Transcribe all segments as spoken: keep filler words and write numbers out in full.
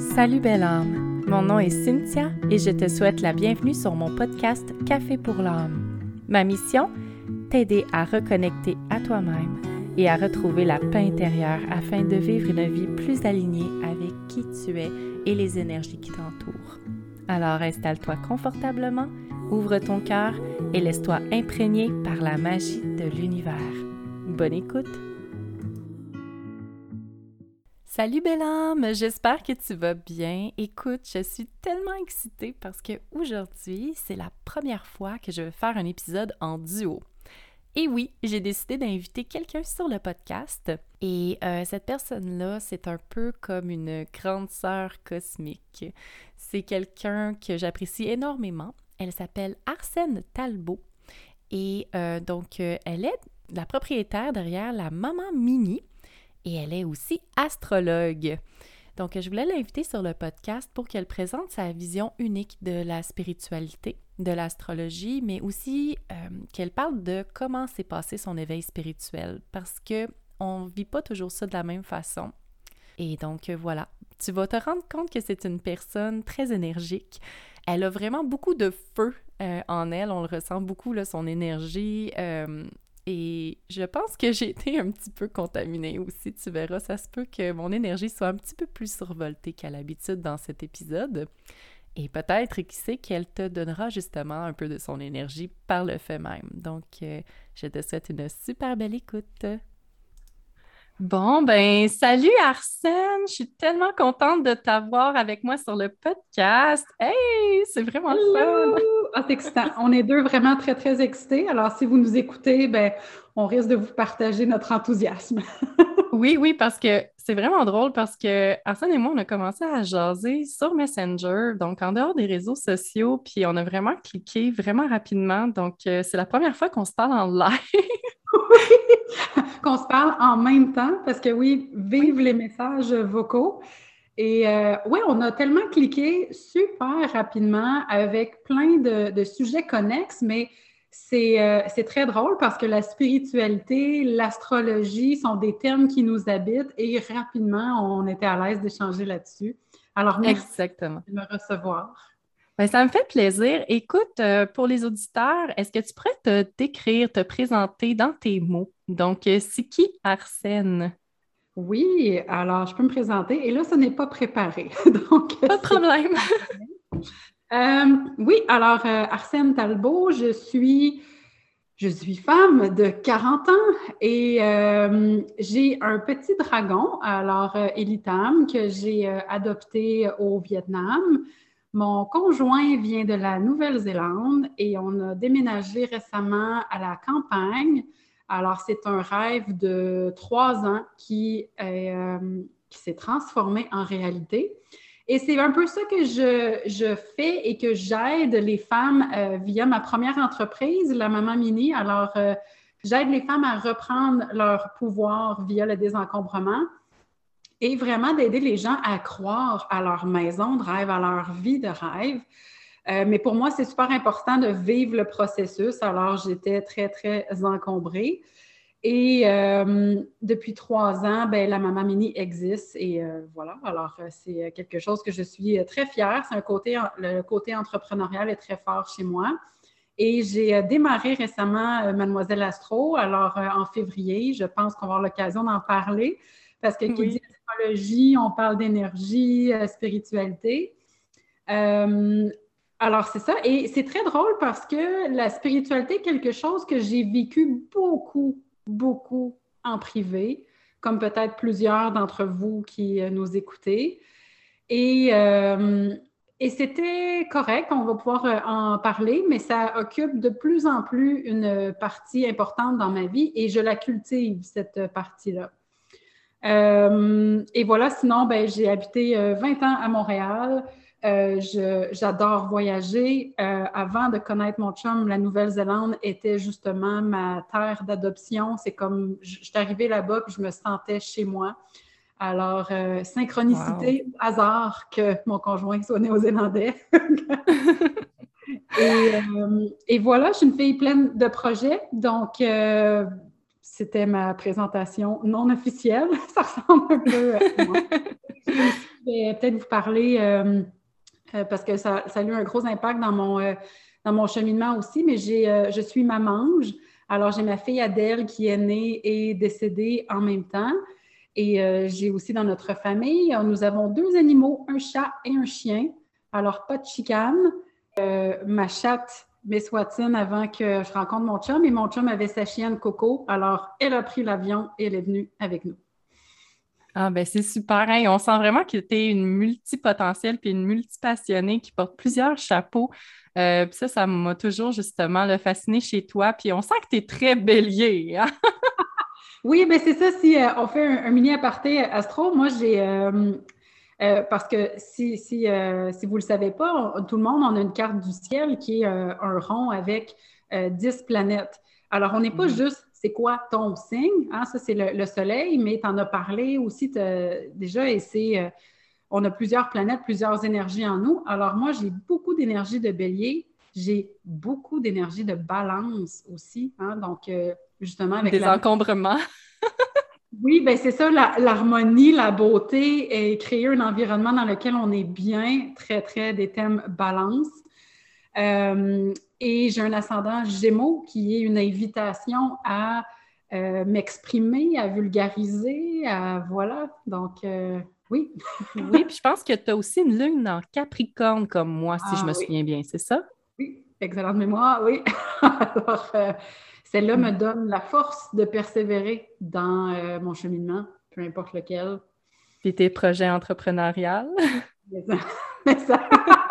Salut belle âme, mon nom est Cynthia et je te souhaite la bienvenue sur mon podcast Café pour l'âme. Ma mission, t'aider à reconnecter à toi-même et à retrouver la paix intérieure afin de vivre une vie plus alignée avec qui tu es et les énergies qui t'entourent. Alors installe-toi confortablement, ouvre ton cœur et laisse-toi imprégner par la magie de l'univers. Bonne écoute! Salut belle âme, j'espère que tu vas bien. Écoute, je suis tellement excitée parce que aujourd'hui, c'est la première fois que je vais faire un épisode en duo. Et oui, j'ai décidé d'inviter quelqu'un sur le podcast et euh, cette personne-là, c'est un peu comme une grande sœur cosmique. C'est quelqu'un que j'apprécie énormément. Elle s'appelle Arsène Talbot et euh, donc euh, elle est la propriétaire derrière la Maman Mini. Et elle est aussi astrologue. Donc, je voulais l'inviter sur le podcast pour qu'elle présente sa vision unique de la spiritualité, de l'astrologie, mais aussi euh, qu'elle parle de comment s'est passé son éveil spirituel, parce qu'on ne vit pas toujours ça de la même façon. Et donc, voilà, tu vas te rendre compte que c'est une personne très énergique. Elle a vraiment beaucoup de feu euh, en elle, on le ressent beaucoup, là, son énergie. Euh, Et je pense que j'ai été un petit peu contaminée aussi, tu verras. Ça se peut que mon énergie soit un petit peu plus survoltée qu'à l'habitude dans cet épisode. Et peut-être, qui sait, qu'elle te donnera justement un peu de son énergie par le fait même. Donc, euh, je te souhaite une super belle écoute. Bon, ben, salut Arsène! Je suis tellement contente de t'avoir avec moi sur le podcast. Hey! C'est vraiment le fun! Ah, c'est excitant. On est deux vraiment très, très excités. Alors, si vous nous écoutez, ben, on risque de vous partager notre enthousiasme. Oui, oui, parce que c'est vraiment drôle parce que Arsène et moi, on a commencé à jaser sur Messenger, donc en dehors des réseaux sociaux, puis on a vraiment cliqué vraiment rapidement. Donc, euh, c'est la première fois qu'on se parle en live. Oui, qu'on se parle en même temps, parce que oui, vive Oui, les messages vocaux. Et euh, oui, on a tellement cliqué super rapidement avec plein de, de sujets connexes, mais c'est euh, c'est très drôle parce que la spiritualité, l'astrologie sont des termes qui nous habitent et rapidement, on était à l'aise d'échanger là-dessus. Alors, merci exactement. de me recevoir. Ben, ça me fait plaisir. Écoute, euh, pour les auditeurs, est-ce que tu pourrais te décrire, te présenter dans tes mots? Donc, euh, c'est qui Arsène? Oui, alors je peux me présenter. Et là, ce n'est pas préparé. Donc, Pas de c'est problème. Euh, oui, alors euh, Arsène Talbot, je suis, je suis femme de quarante ans et euh, j'ai un petit dragon, alors euh, Elitam, que j'ai euh, adopté au Vietnam. Mon conjoint vient de la Nouvelle-Zélande et on a déménagé récemment à la campagne. Alors, c'est un rêve de trois ans qui, est, euh, qui s'est transformé en réalité. Et c'est un peu ça que je, je fais et que j'aide les femmes euh, via ma première entreprise, la Maman Mini. Alors, euh, j'aide les femmes à reprendre leur pouvoir via le désencombrement et vraiment d'aider les gens à croire à leur maison de rêve, à leur vie de rêve. Euh, mais pour moi, c'est super important de vivre le processus. Alors, j'étais très, très encombrée. Et euh, depuis trois ans, ben, la Maman Mini existe et euh, voilà. Alors, euh, c'est quelque chose que je suis très fière. C'est un côté, le côté entrepreneurial est très fort chez moi. Et j'ai euh, démarré récemment euh, Mademoiselle Astro. Alors, euh, en février, je pense qu'on va avoir l'occasion d'en parler parce que qui dit Oui. astrologie, on parle d'énergie, euh, spiritualité. Euh, alors, c'est ça. Et c'est très drôle parce que la spiritualité est quelque chose que j'ai vécu beaucoup, beaucoup en privé, comme peut-être plusieurs d'entre vous qui euh, nous écoutez. Et, euh, et c'était correct, on va pouvoir euh, en parler, mais ça occupe de plus en plus une partie importante dans ma vie et je la cultive, cette partie-là. Euh, et voilà, sinon, ben, j'ai habité euh, vingt ans à Montréal. Euh, je, j'adore voyager. Euh, avant de connaître mon chum, la Nouvelle-Zélande était justement ma terre d'adoption. C'est comme, je, je suis arrivée là-bas puis je me sentais chez moi. Alors, euh, Wow. synchronicité, hasard que mon conjoint soit néo-zélandais. Et, euh, et voilà, je suis une fille pleine de projets. Donc, euh, c'était ma présentation non officielle. Ça ressemble un peu à moi. J'ai aussi vais peut-être vous parler, euh, euh, parce que ça, ça a eu un gros impact dans mon, euh, dans mon cheminement aussi, mais j'ai, euh, je suis mamange. Alors, j'ai ma fille Adèle qui est née et décédée en même temps. Et euh, j'ai aussi dans notre famille, euh, nous avons deux animaux, un chat et un chien. Alors, pas de chicane. Euh, ma chatte, Miss Watson, avant que je rencontre mon chum, et mon chum avait sa chienne Coco. Alors, elle a pris l'avion et elle est venue avec nous. Ah ben c'est super, hein? On sent vraiment que tu es une multipotentielle puis une multipassionnée qui porte plusieurs chapeaux. Euh, puis ça, ça m'a toujours justement le fasciné chez toi. Puis on sent que tu es très bélier, hein? Oui, bien c'est ça, si euh, on fait un, un mini aparté astro, moi j'ai, euh, euh, parce que si, si, euh, si vous ne le savez pas, on- tout le monde, on a une carte du ciel qui est euh, un rond avec euh, dix planètes. Alors, on n'est pas Mhm. juste, c'est quoi ton signe, hein, ça c'est le, le soleil, mais tu en as parlé aussi t'as- déjà, et c'est, euh, on a plusieurs planètes, plusieurs énergies en nous. Alors, moi, j'ai beaucoup d'énergie de bélier, j'ai beaucoup d'énergie de balance aussi, hein, donc euh, justement avec Des la encombrements. oui, ben c'est ça, la- l'harmonie, la beauté et créer un environnement dans lequel on est bien, très, très des thèmes balance. Euh, et j'ai un ascendant Gémeaux qui est une invitation à euh, m'exprimer, à vulgariser, à voilà. Donc, euh, oui. Oui, puis je pense que tu as aussi une lune en Capricorne comme moi, si je Ah me oui, souviens bien, c'est ça? oui, excellente mémoire, oui. Alors, euh, celle-là me Mhm. donne la force de persévérer dans euh, mon cheminement, peu importe lequel. Puis tes projets entrepreneuriales. Mais ça, mais ça-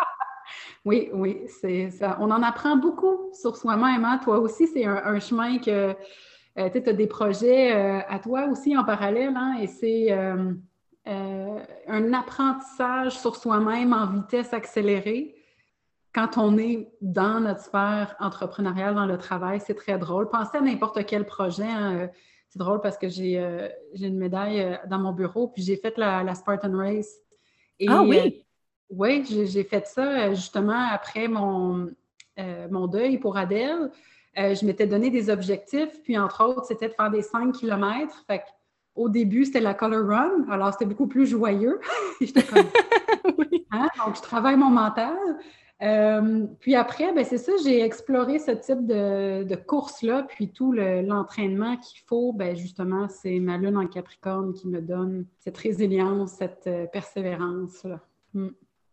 Oui, oui, c'est ça. On en apprend beaucoup sur soi-même, hein. Toi aussi, c'est un, un chemin que euh, tu as des projets euh, à toi aussi en parallèle, hein, et c'est euh, euh, un apprentissage sur soi-même en vitesse accélérée. Quand on est dans notre sphère entrepreneuriale, dans le travail, c'est très drôle. Pensez à n'importe quel projet, hein. Euh, C'est drôle parce que j'ai euh, j'ai une médaille euh, dans mon bureau, puis j'ai fait la, la Spartan Race. Ah Et euh, oui! oui, j'ai j'ai fait ça euh, justement après mon, euh, mon deuil pour Adèle. Euh, je m'étais donné des objectifs, puis entre autres, c'était de faire des cinq kilomètres. Fait au début, c'était la Color Run, alors c'était beaucoup plus joyeux. J'étais comme, Oui. hein? Donc, je travaille mon mental. Euh, puis après, ben, c'est ça, j'ai exploré ce type de, de course-là, puis tout le- l'entraînement qu'il faut, ben, justement, c'est ma lune en Capricorne qui me donne cette résilience, cette euh, persévérance-là. Mm.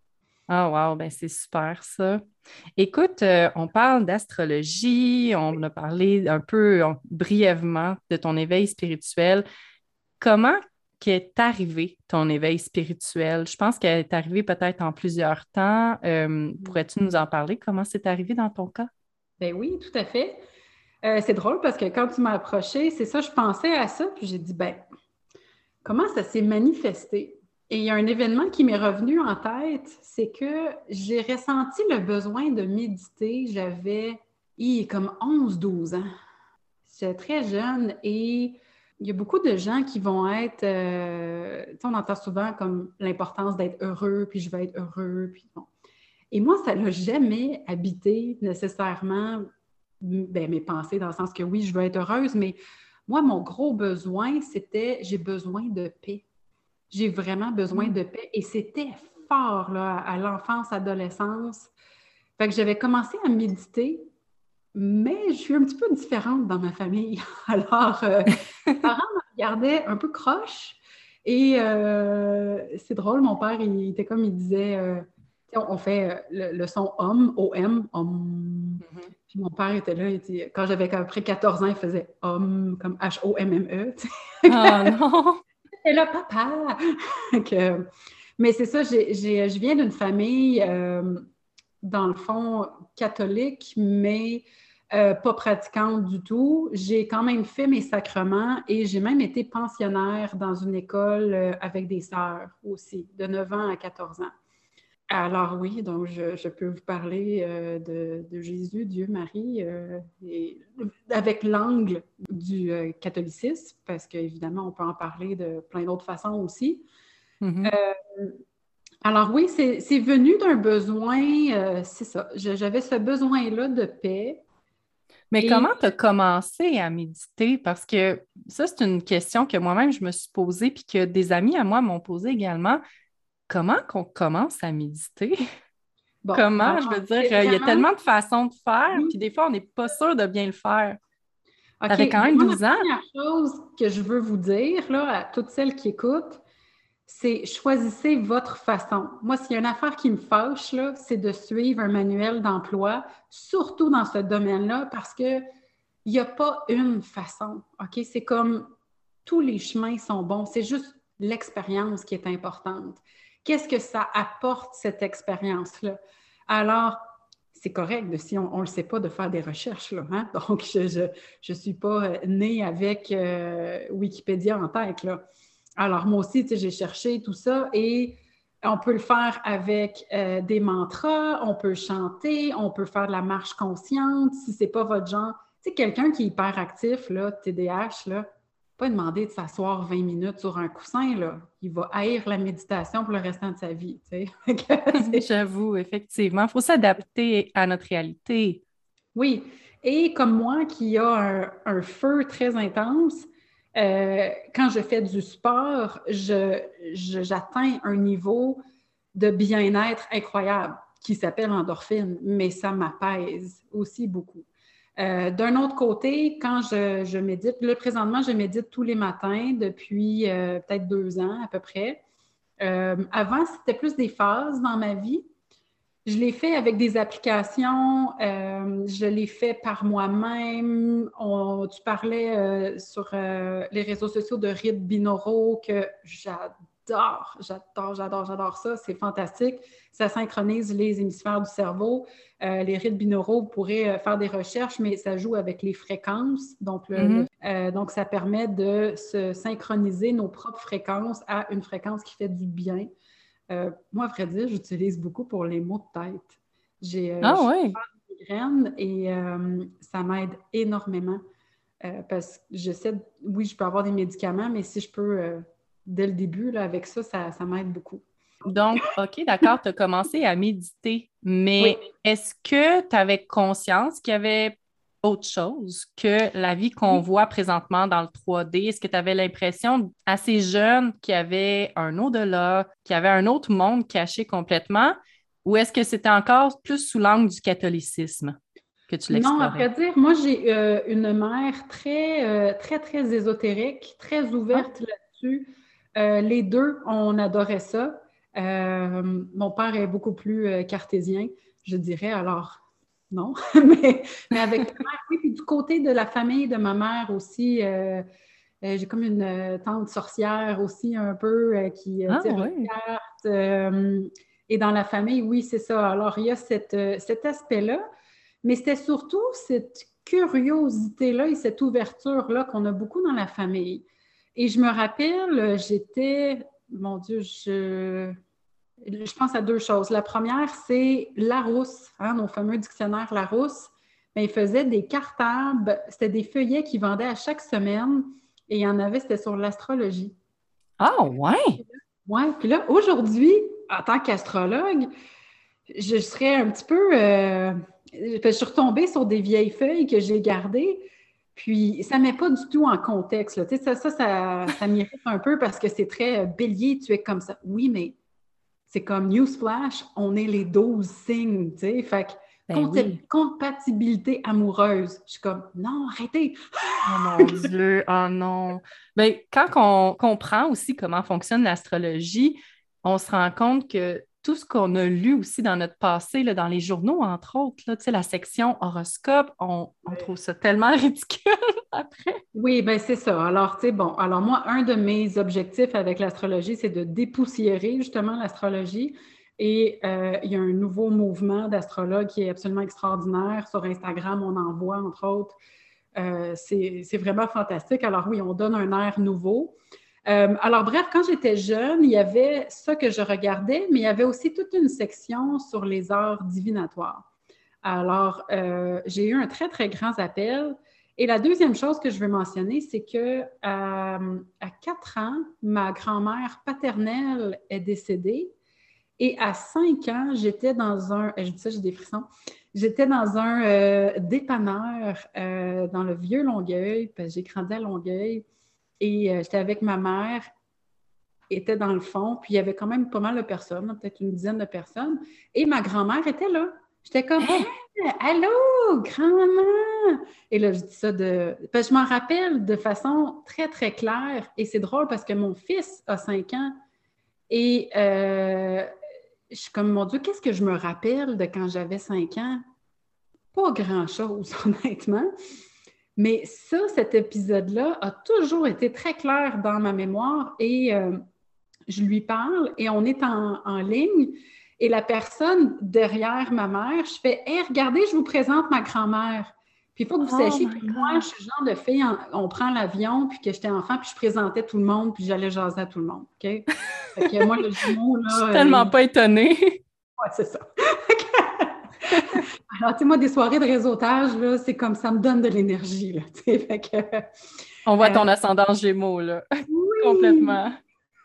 Ah wow, ben c'est super ça. Écoute, euh, on parle d'astrologie, on a parlé un peu on- brièvement de ton éveil spirituel. Comment qu'est arrivé ton éveil spirituel? Je pense qu'elle est arrivée peut-être en plusieurs temps. Euh, pourrais-tu nous en parler? Comment c'est arrivé dans ton cas? Ben oui, tout à fait. Euh, c'est drôle parce que quand tu m'as approché, c'est ça, je pensais à ça, puis j'ai dit, ben, comment ça s'est manifesté? Et il y a un événement qui m'est revenu en tête, c'est que j'ai ressenti le besoin de méditer. J'avais hi, comme onze, douze ans. J'étais très jeune et il y a beaucoup de gens qui vont être, euh, tu sais, on entend souvent comme l'importance d'être heureux, puis je vais être heureux, puis bon. Et moi, ça n'a jamais habité nécessairement ben, mes pensées, dans le sens que oui, je veux être heureuse, mais moi, mon gros besoin, c'était j'ai besoin de paix. J'ai vraiment besoin Mm. de paix. Et c'était fort là, à l'enfance, adolescence. Fait que j'avais commencé à méditer, mais je suis un petit peu différente dans ma famille. Alors, euh, mes parents me regardaient un peu croche. Et euh, c'est drôle, mon père, il était comme il disait, euh, tu sais, on fait euh, le, le son homme, O M, homme. Mhm. Puis mon père était là, il était- quand j'avais à peu près quatorze ans, il faisait homme, comme H O M M E. Tu Ah sais. non! Et là, papa! Que- mais c'est ça, j'ai, j'ai- je viens d'une famille, euh, dans le fond, catholique, mais euh, pas pratiquante du tout. J'ai quand même fait mes sacrements et j'ai même été pensionnaire dans une école euh, avec des sœurs aussi, de neuf ans à quatorze ans. Alors oui, donc je, je peux vous parler euh, de, de Jésus, Dieu, Marie, euh, et avec l'angle du euh, catholicisme, parce qu'évidemment, on peut en parler de plein d'autres façons aussi. Mhm. Alors oui, c'est c'est venu d'un besoin, euh, c'est ça, Je- j'avais ce besoin-là de paix. Mais comment Et tu as commencé à méditer? Parce que ça, c'est une question que moi-même, je me suis posée, puis que des amis à moi m'ont posée également. comment qu'on commence à méditer? Bon, Comment? Je alors, veux dire, c'est euh, il y a vraiment... tellement de façons de faire, Oui. puis des fois, on n'est pas sûr de bien le faire. OK. T'avais quand Ben, même moi, la douze ans. première chose que je veux vous dire, là, à toutes celles qui écoutent, c'est choisissez votre façon. Moi, s'il y a une affaire qui me fâche, là, c'est de suivre un manuel d'emploi, surtout dans ce domaine-là, parce que il n'y a pas une façon. OK? C'est comme tous les chemins sont bons. C'est juste l'expérience qui est importante. Qu'est-ce que ça apporte, cette expérience-là? Alors, c'est correct de, si on ne le sait pas, de faire des recherches. Là, hein? Donc, je ne je, suis pas née avec euh, Wikipédia en tête. Là. Alors, moi aussi, j'ai cherché tout ça et on peut le faire avec euh, des mantras, on peut chanter, on peut faire de la marche consciente. Si ce n'est pas votre genre, tu sais, quelqu'un qui est hyperactif, là, T D A H, là, pas demander de s'asseoir vingt minutes sur un coussin, là. Il va haïr la méditation pour le restant de sa vie, tu sais. J'avoue, effectivement. Il faut s'adapter à notre réalité. Oui. Et comme moi qui a un, un feu très intense, euh, quand je fais du sport, je, je, j'atteins un niveau de bien-être incroyable qui s'appelle endorphine, mais ça m'apaise aussi beaucoup. Euh, d'un autre côté, quand je, je médite, là, présentement, je médite tous les matins depuis euh, peut-être deux ans à peu près. Euh, avant, c'était plus des phases dans ma vie. Je l'ai fait avec des applications, euh, je l'ai fait par moi-même. On, tu parlais euh, sur euh, les réseaux sociaux de rites binauraux que j'adore, j'adore, j'adore, j'adore ça. C'est fantastique. Ça synchronise les hémisphères du cerveau. Euh, les rites binauraux, vous pourrez euh, faire des recherches, mais ça joue avec les fréquences. Donc, le, Mm-hmm. le, euh, donc, ça permet de se synchroniser nos propres fréquences à une fréquence qui fait du bien. Euh, moi, à vrai dire, j'utilise beaucoup pour les maux de tête. J'ai, euh, Ah je oui. fais des migraines et euh, ça m'aide énormément euh, parce que j'essaie, de, oui, je peux avoir des médicaments, mais si je peux, euh, dès le début, là, avec ça, ça, ça m'aide beaucoup. Donc, OK, d'accord, tu as commencé à méditer, Oui. mais est-ce que tu avais conscience qu'il y avait autre chose que la vie qu'on Oui. voit présentement dans le trois D? Est-ce que tu avais l'impression, assez jeune, qu'il y avait un au-delà, qu'il y avait un autre monde caché complètement, ou est-ce que c'était encore plus sous l'angle du catholicisme que tu Non, à l'explorais? vrai dire, moi, j'ai euh, une mère très, euh, très, très ésotérique, très Ah, ouverte là-dessus. Euh, les deux, on adorait ça. Euh, mon père est beaucoup plus euh, cartésien, je dirais, alors non. mais, mais avec ma mère, oui. Puis du côté de la famille de ma mère aussi, euh, euh, j'ai comme une euh, tante sorcière aussi un peu euh, qui euh, ah tire les oui. cartes. Euh, et dans la famille, oui, c'est ça. Alors, il y a cette, euh, cet aspect-là. Mais c'était surtout cette curiosité-là et cette ouverture-là qu'on a beaucoup dans la famille. Et je me rappelle, j'étais, mon Dieu, je, je pense à deux choses. La première, c'est Larousse, hein, nos fameux dictionnaires Larousse. Mais ils faisaient des cartables, c'était des feuillets qu'ils vendaient à chaque semaine et il y en avait, c'était sur l'astrologie. Ah ouais. Oui, puis là, aujourd'hui, en tant qu'astrologue, je serais un petit peu... euh, je suis retombée sur des vieilles feuilles que j'ai gardées, puis ça ne met pas du tout en contexte. Là. Tu sais, ça, ça, ça, ça m'irrite un peu parce que c'est très euh, bélier, tu es comme ça. Oui, mais c'est comme Newsflash, on est les douze signes, tu sais. Fait que Ben compti- oui. compatibilité amoureuse. Je suis comme, non, arrêtez! Oh mon Dieu, oh non. Ben, quand on comprend aussi comment fonctionne l'astrologie, on se rend compte que tout ce qu'on a lu aussi dans notre passé, là, dans les journaux, entre autres, là, tu sais, la section horoscope, on, on trouve ça tellement ridicule après. Oui, ben c'est ça. Alors, tu sais, bon, alors moi, un de mes objectifs avec l'astrologie, c'est de dépoussiérer justement l'astrologie. Et euh, il y a un nouveau mouvement d'astrologues qui est absolument extraordinaire. Sur Instagram, on en voit, entre autres. Euh, c'est, c'est vraiment fantastique. Alors oui, on donne un air nouveau. Euh, alors bref, quand j'étais jeune, il y avait ça que je regardais, mais il y avait aussi toute une section sur les arts divinatoires. Alors, euh, j'ai eu un très, très grand appel. Et la deuxième chose que je veux mentionner, c'est que euh, à quatre ans, ma grand-mère paternelle est décédée. Et à cinq ans, j'étais dans un, je dis ça, j'ai des frissons, j'étais dans un euh, dépanneur euh, dans le vieux Longueuil, parce que j'ai grandi à Longueuil, et euh, j'étais avec ma mère. était dans le fond, puis il y avait quand même pas mal de personnes, peut-être une dizaine de personnes, et ma grand-mère était là. J'étais comme Hein? hey, « Allô, grand-maman! » Et là, je dis ça de... Parce que je m'en rappelle de façon très, très claire, et c'est drôle parce que mon fils a cinq ans, et euh, je suis comme, mon Dieu, qu'est-ce que je me rappelle de quand j'avais cinq ans? Pas grand-chose, honnêtement. Mais ça, cet épisode-là a toujours été très clair dans ma mémoire et euh, je lui parle et on est en, en ligne et la personne derrière ma mère, je fais « Hey, regardez, je vous présente ma grand-mère. » Puis il faut que vous Oh sachiez my que God. moi, je suis le genre de fille, en- on prend l'avion, puis que j'étais enfant, puis je présentais tout le monde, puis j'allais jaser à tout le monde, OK? Fait que moi, le jumeau, Je suis là... euh, tellement il- pas étonnée. Ouais, c'est ça. Alors, tu sais, moi, des soirées de réseautage, là, c'est comme ça me donne de l'énergie, là, tu sais, fait que... On voit euh, ton ascendant Gémeaux, là. oui! Complètement.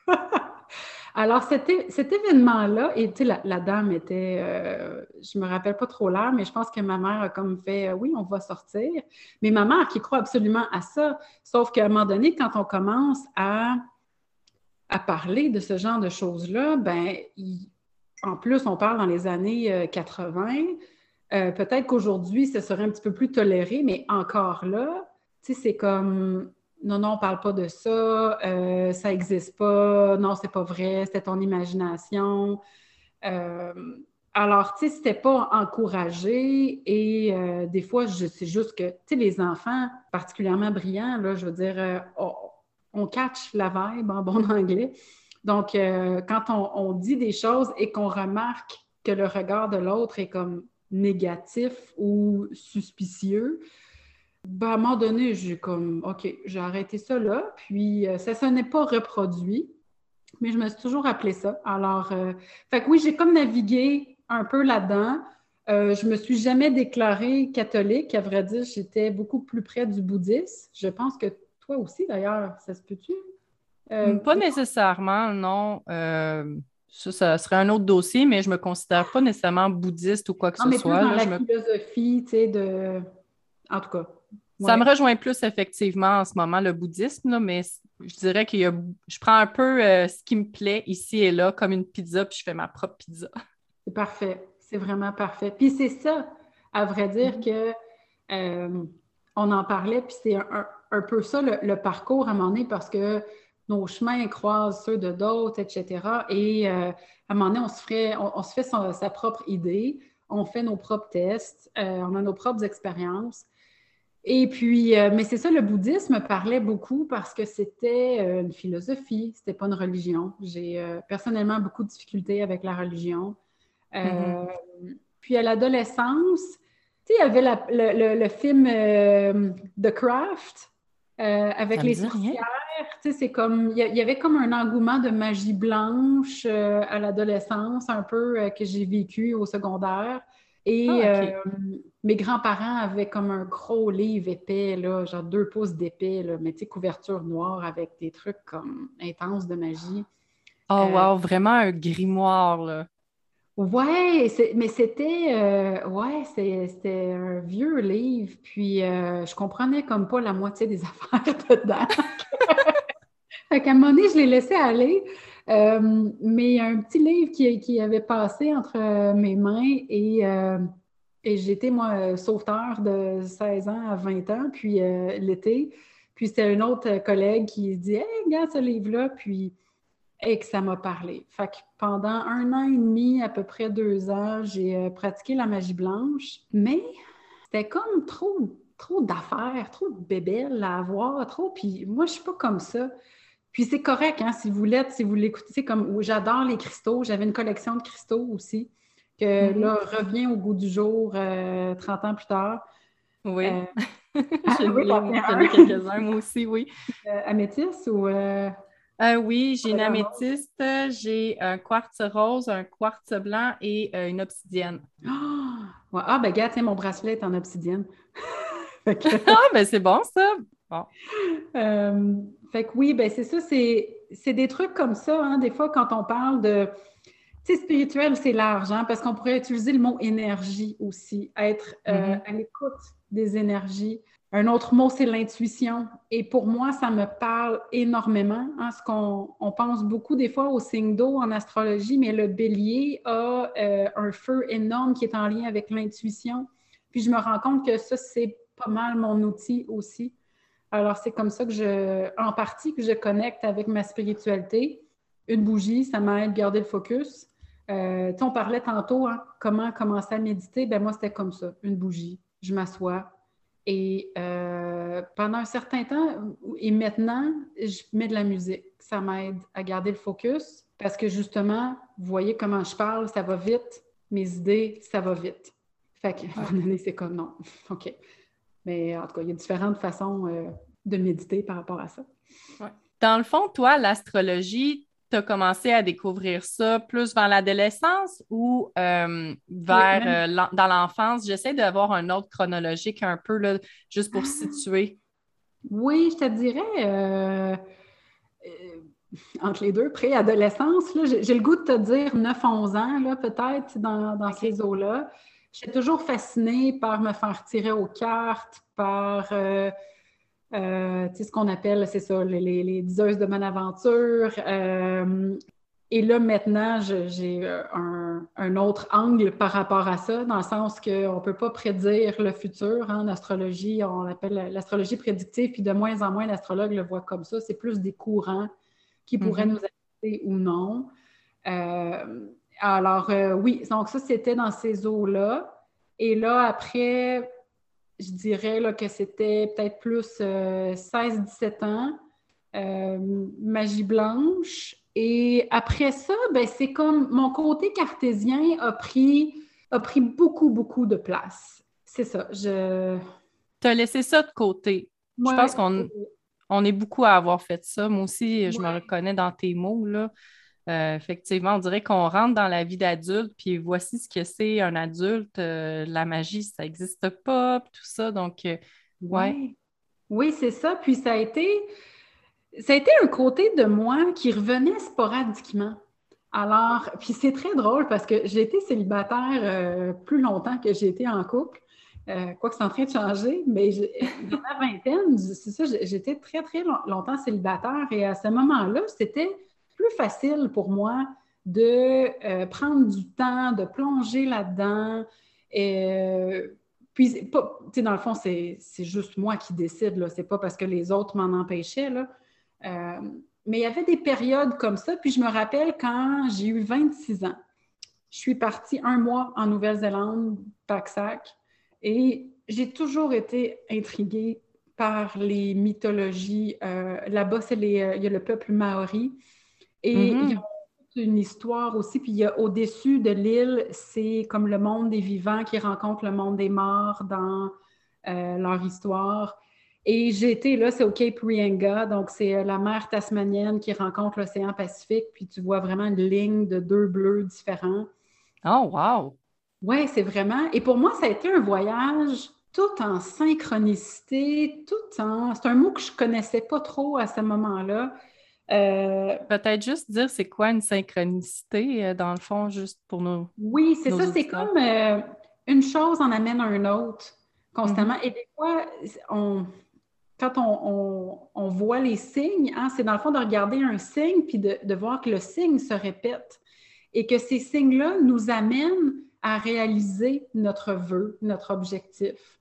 Alors, cet, é- cet événement-là, et tu sais, la, la dame était, euh, je me rappelle pas trop l'heure, mais je pense que ma mère a comme fait, euh, oui, on va sortir. Mais ma mère qui croit absolument à ça, sauf qu'à un moment donné, quand on commence à, à parler de ce genre de choses-là, ben, il- en plus, on parle dans les années euh, quatre-vingts. Euh, peut-être qu'aujourd'hui, ce serait un petit peu plus toléré, mais encore là, tu sais, c'est comme non, non, on parle pas de ça, euh, ça n'existe pas, non, c'est pas vrai, c'était ton imagination. Euh, alors, tu sais, c'était pas encouragé et euh, des fois, je c'est juste que, tu sais, les enfants, particulièrement brillants, là, je veux dire, euh, on, on catch la vibe en bon anglais. Donc, euh, quand on, on dit des choses et qu'on remarque que le regard de l'autre est comme négatif ou suspicieux, ben, à un moment donné, j'ai comme, OK, j'ai arrêté ça là, puis euh, ça ne s'en est pas reproduit, mais je me suis toujours appelé ça. Alors, euh, fait que oui, j'ai comme navigué un peu là-dedans. Euh, je me suis jamais déclarée catholique, à vrai dire, j'étais beaucoup plus près du bouddhisme. Je pense que toi aussi, d'ailleurs, ça se peut-tu? Euh, Pas nécessairement, non. Euh, ça, ça serait un autre dossier, mais je me considère pas nécessairement bouddhiste ou quoi que non, ce mais plus soit. dans Là, la je me... philosophie, tu sais, de... En tout cas, Ça me ouais. rejoint plus effectivement en ce moment, le bouddhisme, là, mais je dirais qu'il y a... je prends un peu euh, ce qui me plaît ici et là, comme une pizza, puis je fais ma propre pizza. C'est parfait. C'est vraiment parfait. Puis c'est ça, à vrai dire, Mhm. que euh, on en parlait, puis c'est un, un- un peu ça le, le parcours à un moment donné, parce que nos chemins croisent ceux de d'autres, et cetera. Et euh, à un moment donné, on se ferait, on, on se fait son- sa propre idée, on fait nos propres tests, euh, on a nos propres expériences. Et puis, euh, mais c'est ça, le bouddhisme parlait beaucoup parce que c'était euh, une philosophie, c'était pas une religion. J'ai euh, personnellement beaucoup de difficultés avec la religion. Mhm. Euh, Puis à l'adolescence, tu sais, il y avait la- le, le- le film euh, The Craft euh, avec Ça me les dit rien. sorcières. Tu sais, c'est comme, il y, a- il y avait comme un engouement de magie blanche euh, à l'adolescence, un peu euh, que j'ai vécu au secondaire. Et Ah, euh, OK. mes grands-parents avaient comme un gros livre épais, là, genre deux pouces d'épais, là, mais tu sais, couverture noire avec des trucs comme intenses de magie. Oh, Euh, wow, vraiment un grimoire, là. Ouais, c'est- mais c'était euh, ouais, c'est- c'était un vieux livre, puis euh, je comprenais comme pas la moitié des affaires dedans. Fait qu'à un moment donné, je l'ai laissé aller. Euh, mais il y a un petit livre qui, qui avait passé entre euh, mes mains et, euh, et j'étais, moi, euh, sauveteur de seize ans à vingt ans, puis euh, l'été. Puis c'était une autre collègue qui dit « Hey, regarde ce livre-là », puis et que ça m'a parlé. Fait que pendant un an et demi, à peu près deux ans, j'ai euh, pratiqué la magie blanche, mais c'était comme trop, trop d'affaires, trop de bébelles à avoir, trop, puis moi, je suis pas comme ça. Puis c'est correct, hein, si vous l'êtes, si vous l'écoutez, c'est comme, j'adore les cristaux, j'avais une collection de cristaux aussi, que Mhm. là, revient au goût du jour euh, trente ans plus tard. Oui. Euh, Je oui, l'ai, t'en tiens j'en un. ai quelques-uns, moi aussi, oui. Euh, améthyste ou euh, Euh, oui, j'ai une avec un autre? améthyste, j'ai un quartz rose, un quartz blanc et euh, une obsidienne. Ah, ouais. Ah, ben, gars, tiens, mon bracelet est en obsidienne. Fait que, Ah, ben c'est bon, ça. Bon. euh, fait que oui, ben c'est ça, c'est, c'est des trucs comme ça, hein, des fois, quand on parle de, tu sais, spirituel, c'est large, hein, parce qu'on pourrait utiliser le mot énergie aussi, être euh, Mhm. à l'écoute des énergies. Un autre mot, c'est l'intuition. Et pour moi, ça me parle énormément. Hein, ce qu'on on pense beaucoup des fois au signe d'eau en astrologie, mais le bélier a euh, un feu énorme qui est en lien avec l'intuition. Puis je me rends compte que ça, c'est pas mal mon outil aussi. Alors, c'est comme ça que je, en partie, que je connecte avec ma spiritualité. Une bougie, ça m'aide à garder le focus. Euh, on parlait tantôt, hein, comment commencer à méditer. Ben moi, c'était comme ça, une bougie. Je m'assois. Et euh, pendant un certain temps, et maintenant, je mets de la musique. Ça m'aide à garder le focus parce que justement, vous voyez comment je parle, ça va vite. Mes idées, ça va vite. Fait qu'à un moment donné, c'est comme non. OK. Mais en tout cas, il y a différentes façons euh, de méditer par rapport à ça. Ouais. Dans le fond, toi, l'astrologie, tu as commencé à découvrir ça plus vers l'adolescence ou euh, vers Oui, même... euh, l'en- dans l'enfance? J'essaie d'avoir un ordre chronologique un peu, là, juste pour ah, situer. oui, je te dirais euh, euh, entre les deux, pré-adolescence, là, j'ai, j'ai le goût de te dire neuf onze ans, là, peut-être, dans, dans OK. ces eaux-là. J'étais toujours fascinée par me faire tirer aux cartes, par euh, euh, tu sais, ce qu'on appelle, c'est ça, les, les, les diseuses de bonne aventure. Euh, et là, maintenant, je- j'ai euh, un, un autre angle par rapport à ça, dans le sens qu'on ne peut pas prédire le futur. Hein, en astrologie, on l'appelle l'astrologie prédictive, puis de moins en moins l'astrologue le voit comme ça. C'est plus des courants qui pourraient Mhm. nous affecter ou non. Euh, alors, euh, oui, donc ça, c'était dans ces eaux-là. Et là, après, je dirais là, que c'était peut-être plus euh, seize dix-sept ans, euh, magie blanche. Et après ça, ben, c'est comme mon côté cartésien a pris, a pris beaucoup, beaucoup de place. C'est ça. Je... Tu as laissé ça de côté. Je Ouais, pense qu'on on est beaucoup à avoir fait ça. Moi aussi, je me ouais. reconnais dans tes mots, là. Euh, effectivement, on dirait qu'on rentre dans la vie d'adulte, puis voici ce que c'est un adulte. Euh, la magie, ça n'existe pas, puis tout ça. Donc, euh, ouais. Ouais. Oui, c'est ça. Puis ça a été, ça a été un côté de moi qui revenait sporadiquement. Alors, puis c'est très drôle parce que j'ai été célibataire euh, plus longtemps que j'ai été en couple. Euh, quoi que c'est en train de changer, mais je- dans ma vingtaine, c'est ça, j'étais très, très long- longtemps célibataire et à ce moment-là, c'était plus facile pour moi de euh, prendre du temps, de plonger là-dedans. Et, puis, c'est pas- tu sais, dans le fond, c'est c'est juste moi qui décide, là. C'est pas parce que les autres m'en empêchaient, là. Euh, mais il y avait des périodes comme ça. Puis je me rappelle quand j'ai eu vingt-six ans, je suis partie un mois en Nouvelle-Zélande, pack-sac, et j'ai toujours été intriguée par les mythologies. Euh, là-bas, c'est les, euh, il y a le peuple maori, et il y a Mhm. une histoire aussi. Puis il y a au-dessus de l'île, c'est comme le monde des vivants qui rencontre le monde des morts dans euh, leur histoire. Et j'ai été là, c'est au Cape Reinga, donc c'est euh, la mer tasmanienne qui rencontre l'océan Pacifique, puis tu vois vraiment une ligne de deux bleus différents. Oh, wow! Oui, c'est vraiment. Et pour moi, ça a été un voyage tout en synchronicité, tout en. C'est un mot que je ne connaissais pas trop à ce moment-là. Euh, Peut-être juste dire c'est quoi une synchronicité, euh, dans le fond, juste pour nos, oui, c'est nos ça. C'est auditeurs. comme euh, une chose en amène à une autre constamment. Mhm. Et des fois, on, quand on, on- on voit les signes, hein, c'est dans le fond de regarder un signe puis de, de voir que le signe se répète et que ces signes-là nous amènent à réaliser notre vœu, notre objectif.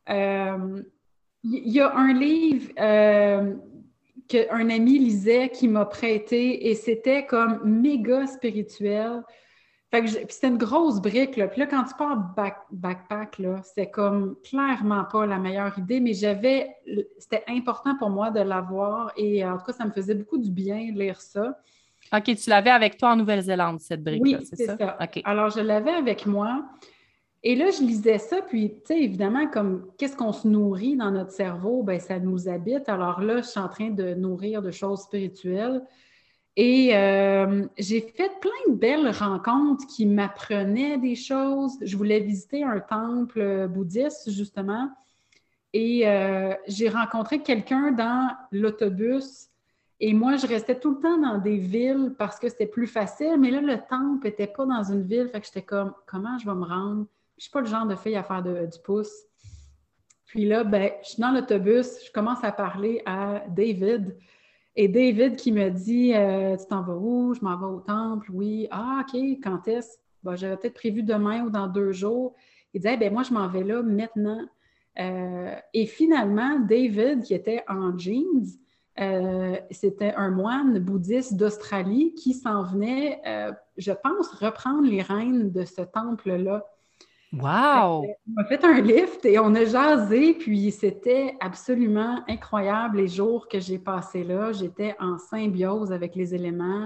Euh, Il y a un livre euh, qu'un ami lisait qui m'a prêté et c'était comme méga spirituel. Fait que je- puis c'était une grosse brique, là. Puis là, quand tu pars back- backpack, là, c'est comme clairement pas la meilleure idée, mais j'avais, c'était important pour moi de l'avoir et en tout cas, ça me faisait beaucoup du bien de lire ça. OK, tu l'avais avec toi en Nouvelle-Zélande, cette brique-là, Oui, c'est c'est ça? ça. OK. Alors, je l'avais avec moi. Et là, je lisais ça, puis, tu sais, évidemment, comme qu'est-ce qu'on se nourrit dans notre cerveau, ben ça nous habite. Alors là, je suis en train de nourrir de choses spirituelles. Et euh, j'ai fait plein de belles rencontres qui m'apprenaient des choses. Je voulais visiter un temple bouddhiste, justement, et euh, j'ai rencontré quelqu'un dans l'autobus. Et moi, je restais tout le temps dans des villes parce que c'était plus facile. Mais là, le temple n'était pas dans une ville. Fait que j'étais comme, comment je vais me rendre? Je ne suis pas le genre de fille à faire de- du pouce. Puis là, ben, je suis dans l'autobus, je commence à parler à David. Et David qui me dit euh, Tu t'en vas où? Je m'en vais au temple. Oui. Ah, OK. Quand est-ce? Ben, j'avais peut-être prévu demain ou dans deux jours. Il dit hey, ben moi, je m'en vais là maintenant. Euh, et finalement, David, qui était en jeans, euh, c'était un moine bouddhiste d'Australie qui s'en venait, euh, je pense, reprendre les rênes de ce temple-là. Fait que, Wow! on m'a fait un lift et on a jasé, puis c'était absolument incroyable les jours que j'ai passés là. J'étais en symbiose avec les éléments.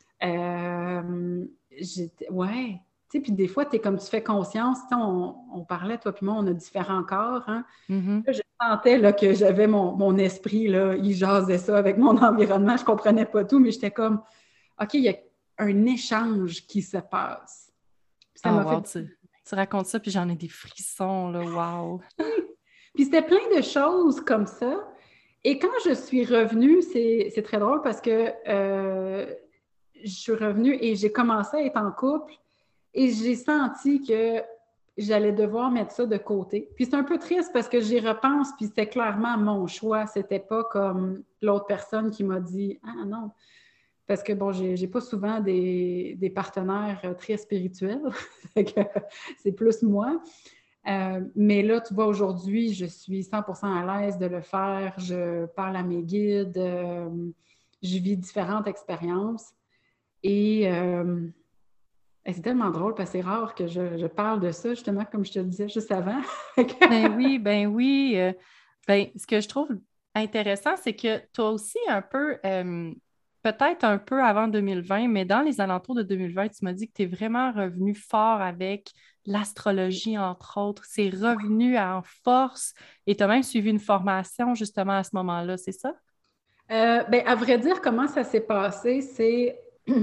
Euh, j'étais, ouais, tu sais, puis des fois, tu es comme tu fais conscience, tu sais, on, on parlait, toi puis moi, on a différents corps, hein. Mm-hmm. Là, je sentais là, que j'avais mon, mon esprit, là, il jasait ça avec mon environnement, je comprenais pas tout, mais j'étais comme, OK, il y a un échange qui se passe. Puis ça Oh, m'a wow, fait tu, tu racontes ça, puis j'en ai des frissons, là, wow! Puis c'était plein de choses comme ça. Et quand je suis revenue, c'est, c'est très drôle parce que euh, je suis revenue et j'ai commencé à être en couple et j'ai senti que j'allais devoir mettre ça de côté. Puis c'est un peu triste parce que j'y repense, puis c'était clairement mon choix. C'était pas comme l'autre personne qui m'a dit « Ah non ». Parce que bon, j'ai, j'ai pas souvent des, des partenaires très spirituels. C'est plus moi. Euh, mais là, tu vois, aujourd'hui, je suis cent pour cent à l'aise de le faire. Je parle à mes guides, euh, je vis différentes expériences. Et, euh, et c'est tellement drôle parce que c'est rare que je, je parle de ça, justement, comme je te le disais juste avant. Ben oui, ben oui. euh, ben, ce que je trouve intéressant, c'est que toi aussi, un peu, euh, peut-être un peu avant deux mille vingt, mais dans les alentours de deux mille vingt, tu m'as dit que tu es vraiment revenu fort avec l'astrologie, entre autres. C'est revenu en force et tu as même suivi une formation justement à ce moment-là, c'est ça? Euh, ben, à vrai dire, comment ça s'est passé, c'est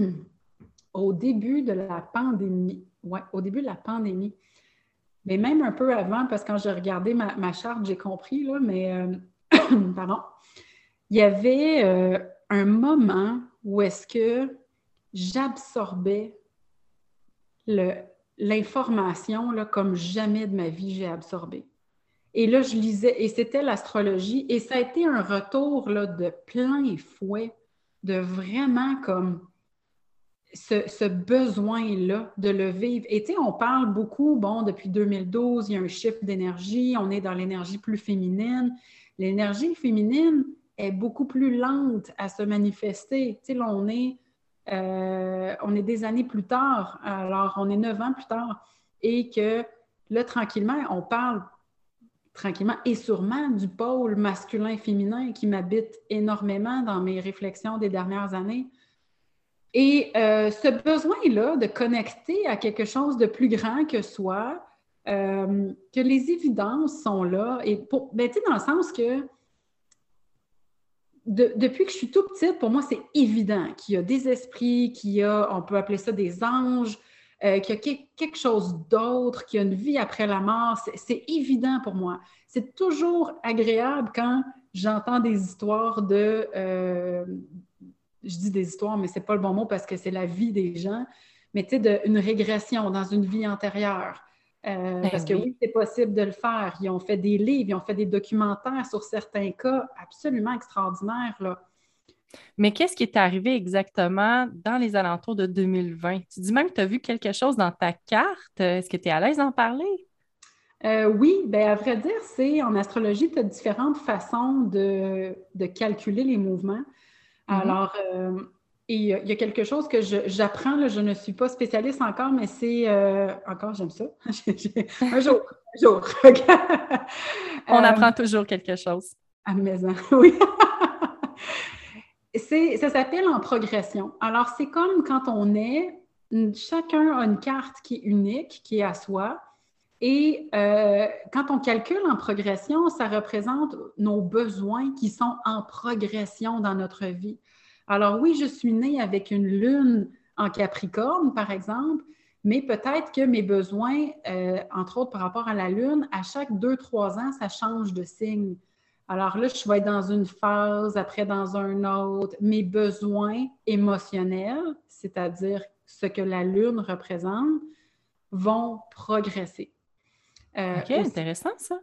au début de la pandémie. Ouais, au début de la pandémie. Mais même un peu avant, parce que quand j'ai regardé ma, ma charte, j'ai compris, là, mais euh, pardon. Il y avait euh, un moment où est-ce que j'absorbais le, l'information là, comme jamais de ma vie j'ai absorbé. Et là, je lisais, et c'était l'astrologie, et ça a été un retour là, de plein fouet, de vraiment comme ce, ce besoin-là de le vivre. Et tu sais, on parle beaucoup, bon, depuis deux mille douze, il y a un shift d'énergie, on est dans l'énergie plus féminine. L'énergie féminine est beaucoup plus lente à se manifester. Tu sais, là, on est, euh, on est des années plus tard, alors on est neuf ans plus tard, et que là, tranquillement, on parle tranquillement et sûrement du pôle masculin-féminin qui m'habite énormément dans mes réflexions des dernières années. Et euh, ce besoin-là de connecter à quelque chose de plus grand que soi, euh, que les évidences sont là, et pour, ben, tu sais, dans le sens que de, depuis que je suis toute petite, pour moi, c'est évident qu'il y a des esprits, qu'il y a, on peut appeler ça des anges, euh, qu'il y a que, quelque chose d'autre, qu'il y a une vie après la mort. C'est, c'est évident pour moi. C'est toujours agréable quand j'entends des histoires de... Euh, je dis des histoires, mais c'est pas le bon mot parce que c'est la vie des gens, mais tu sais, une régression dans une vie antérieure. Euh, Ben parce que oui. oui, c'est possible de le faire. Ils ont fait des livres, ils ont fait des documentaires sur certains cas absolument extraordinaires, là. Mais qu'est-ce qui est arrivé exactement dans les alentours de deux mille vingt? Tu dis même que tu as vu quelque chose dans ta carte. Est-ce que tu es à l'aise d'en parler? Euh, oui, bien, à vrai dire, c'est en astrologie, tu as différentes façons de, de calculer les mouvements. Mhm. Alors, euh, et il y a quelque chose que je- j'apprends, là, je ne suis pas spécialiste encore, mais c'est... euh, encore, j'aime ça. Un jour, un jour. On Euh, apprend toujours quelque chose. à la maison, oui. C'est, ça s'appelle en progression. Alors, c'est comme quand on est, chacun a une carte qui est unique, qui est à soi. Et euh, quand on calcule en progression, ça représente nos besoins qui sont en progression dans notre vie. Alors oui, je suis née avec une lune en Capricorne, par exemple, mais peut-être que mes besoins, euh, entre autres par rapport à la lune, à chaque deux, trois ans, ça change de signe. Alors là, je vais être dans une phase, après dans un autre. Mes besoins émotionnels, c'est-à-dire ce que la lune représente, vont progresser. Euh, OK, aussi, intéressant ça.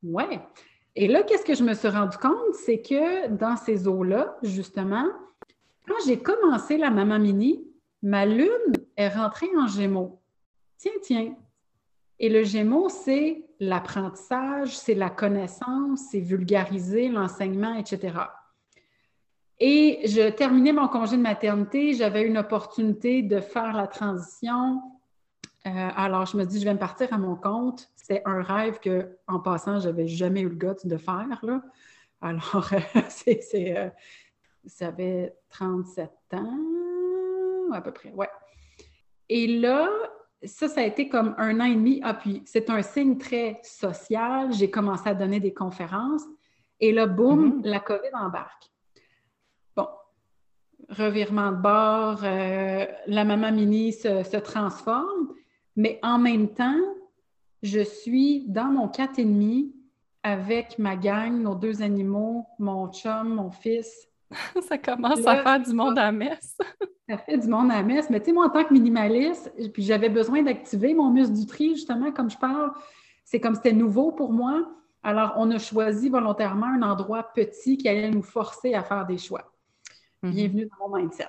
Ouais. Et là, qu'est-ce que je me suis rendu compte? C'est que dans ces eaux-là, justement, quand j'ai commencé la Maman Mini, ma lune est rentrée en Gémeaux. Tiens, tiens. Et le Gémeaux, c'est l'apprentissage, c'est la connaissance, c'est vulgariser l'enseignement, et cetera. Et je terminais mon congé de maternité, j'avais une opportunité de faire la transition. Euh, alors, je me dis, je vais me partir à mon compte. C'était un rêve que, en passant, je n'avais jamais eu le goût de faire, là. Alors, euh, c'est, c'est, euh, j'avais trente-sept ans, à peu près, ouais. Et là, ça, ça a été comme un an et demi. Ah, puis c'est un signe très social. J'ai commencé à donner des conférences. Et là, boum, Mhm. la COVID embarque. Bon, revirement de bord, euh, la Maman Mini se, se transforme, mais en même temps, je suis dans mon quatre et demi avec ma gang, nos deux animaux, mon chum, mon fils. Ça commence à Là, faire du monde à la messe. ça fait du monde à la messe. Mais tu sais, moi, en tant que minimaliste, puis j'avais besoin d'activer mon muscle du tri, justement, comme je parle. C'est comme c'était nouveau pour moi. Alors, on a choisi volontairement un endroit petit qui allait nous forcer à faire des choix. Mhm. Bienvenue dans mon mindset.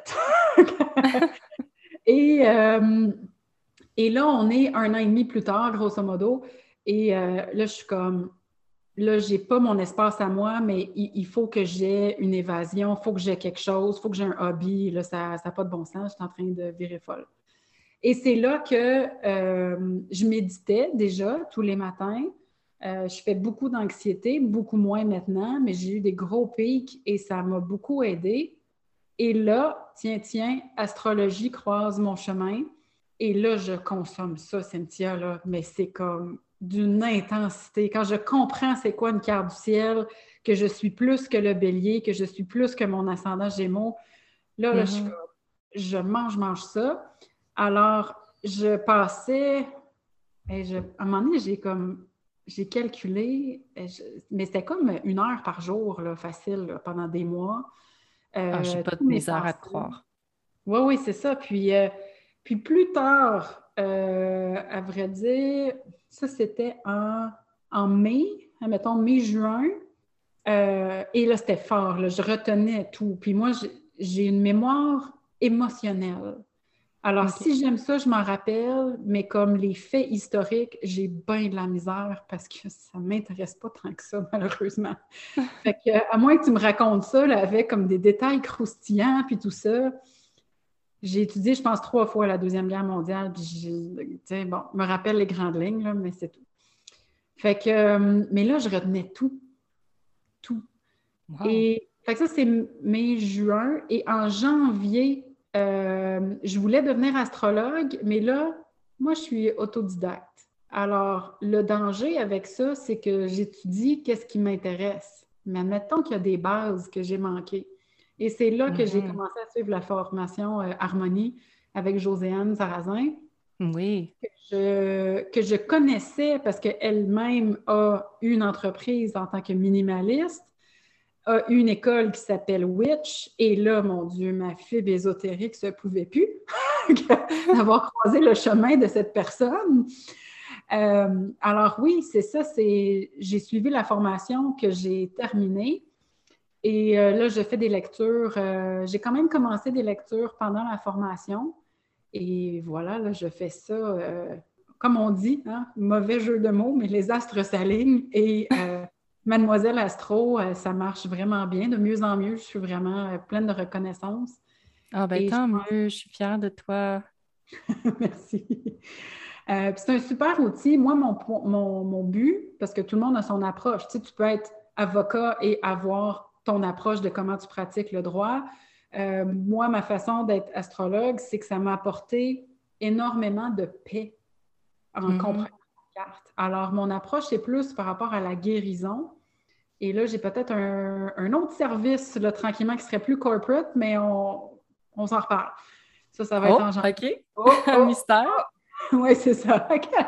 et, euh, et là, on est un an et demi plus tard, grosso modo. Et euh, là, je suis comme, là, j'ai pas mon espace à moi, mais il, il faut que j'ai une évasion, il faut que j'ai quelque chose, il faut que j'ai un hobby. Là, ça n'a pas de bon sens, je suis en train de virer folle. Et c'est là que euh, je méditais déjà tous les matins. Euh, je fais beaucoup d'anxiété, beaucoup moins maintenant, mais j'ai eu des gros pics et ça m'a beaucoup aidé. Et là, tiens, tiens, astrologie croise mon chemin. Et là, je consomme ça, Cynthia, là, mais c'est comme d'une intensité. Quand je comprends c'est quoi une carte du ciel, que je suis plus que le bélier, que je suis plus que mon ascendant Gémeaux, là, là je suis Mhm. comme, je mange, mange ça. Alors, je passais, et je, à un moment donné, j'ai comme, j'ai calculé, je, mais c'était comme une heure par jour, là, facile, là, pendant des mois. Ah, j'ai Euh, pas de tous mes misère à te passe-temps. croire. Oui, oui, c'est ça. Puis, euh, puis plus tard, euh, à vrai dire, ça c'était en, en mai, mettons mai-juin. Euh, et là, c'était fort, là, je retenais tout. Puis moi, j'ai j'ai une mémoire émotionnelle. Alors, OK. si j'aime ça, je m'en rappelle, mais comme les faits historiques, j'ai bien de la misère parce que ça ne m'intéresse pas tant que ça, malheureusement. Fait que, à moins que tu me racontes ça, là, avec comme des détails croustillants, puis tout ça, j'ai étudié, je pense, trois fois la Deuxième Guerre mondiale, puis j'ai, tu sais, bon, je me rappelle les grandes lignes, là, mais c'est tout. Fait que, euh, mais là, je retenais tout, tout. Wow. Et fait que ça, c'est mai-juin. Et en janvier, euh, je voulais devenir astrologue, mais là, moi, je suis autodidacte. Alors, le danger avec ça, c'est que j'étudie qu'est-ce qui m'intéresse. Mais admettons qu'il y a des bases que j'ai manquées. Et c'est là que j'ai Mhm. commencé à suivre la formation euh, Harmonie avec Joséanne Sarrazin, Oui. que je, que je connaissais parce qu'elle-même a une entreprise en tant que minimaliste, a une école qui s'appelle Witch. Et là, mon Dieu, ma fibre ésotérique ne se pouvait plus d'avoir croisé le chemin de cette personne. Euh, alors oui, c'est ça, c'est j'ai suivi la formation que j'ai terminée et euh, là, je fais des lectures. Euh, j'ai quand même commencé des lectures pendant la formation et voilà, là, je fais ça, euh, comme on dit, hein, mauvais jeu de mots, mais les astres s'alignent et euh, Mademoiselle Astro, euh, ça marche vraiment bien, de mieux en mieux. Je suis vraiment euh, pleine de reconnaissance Ah ben et je tant pense, mieux, je suis fière de toi. merci. Euh, c'est un super outil. Moi, mon, mon, mon but, parce que tout le monde a son approche, tu sais, tu peux être avocat et avoir ton approche de comment tu pratiques le droit. Euh, moi, ma façon d'être astrologue, c'est que ça m'a apporté énormément de paix en Mhm. comprenant la carte. Alors, mon approche, c'est plus par rapport à la guérison. Et là, j'ai peut-être un, un autre service, là, tranquillement, qui serait plus corporate, mais on, on s'en reparle. Ça, ça va être en Oh, janvier. OK. Oh, Un oh, mystère. oui, c'est ça.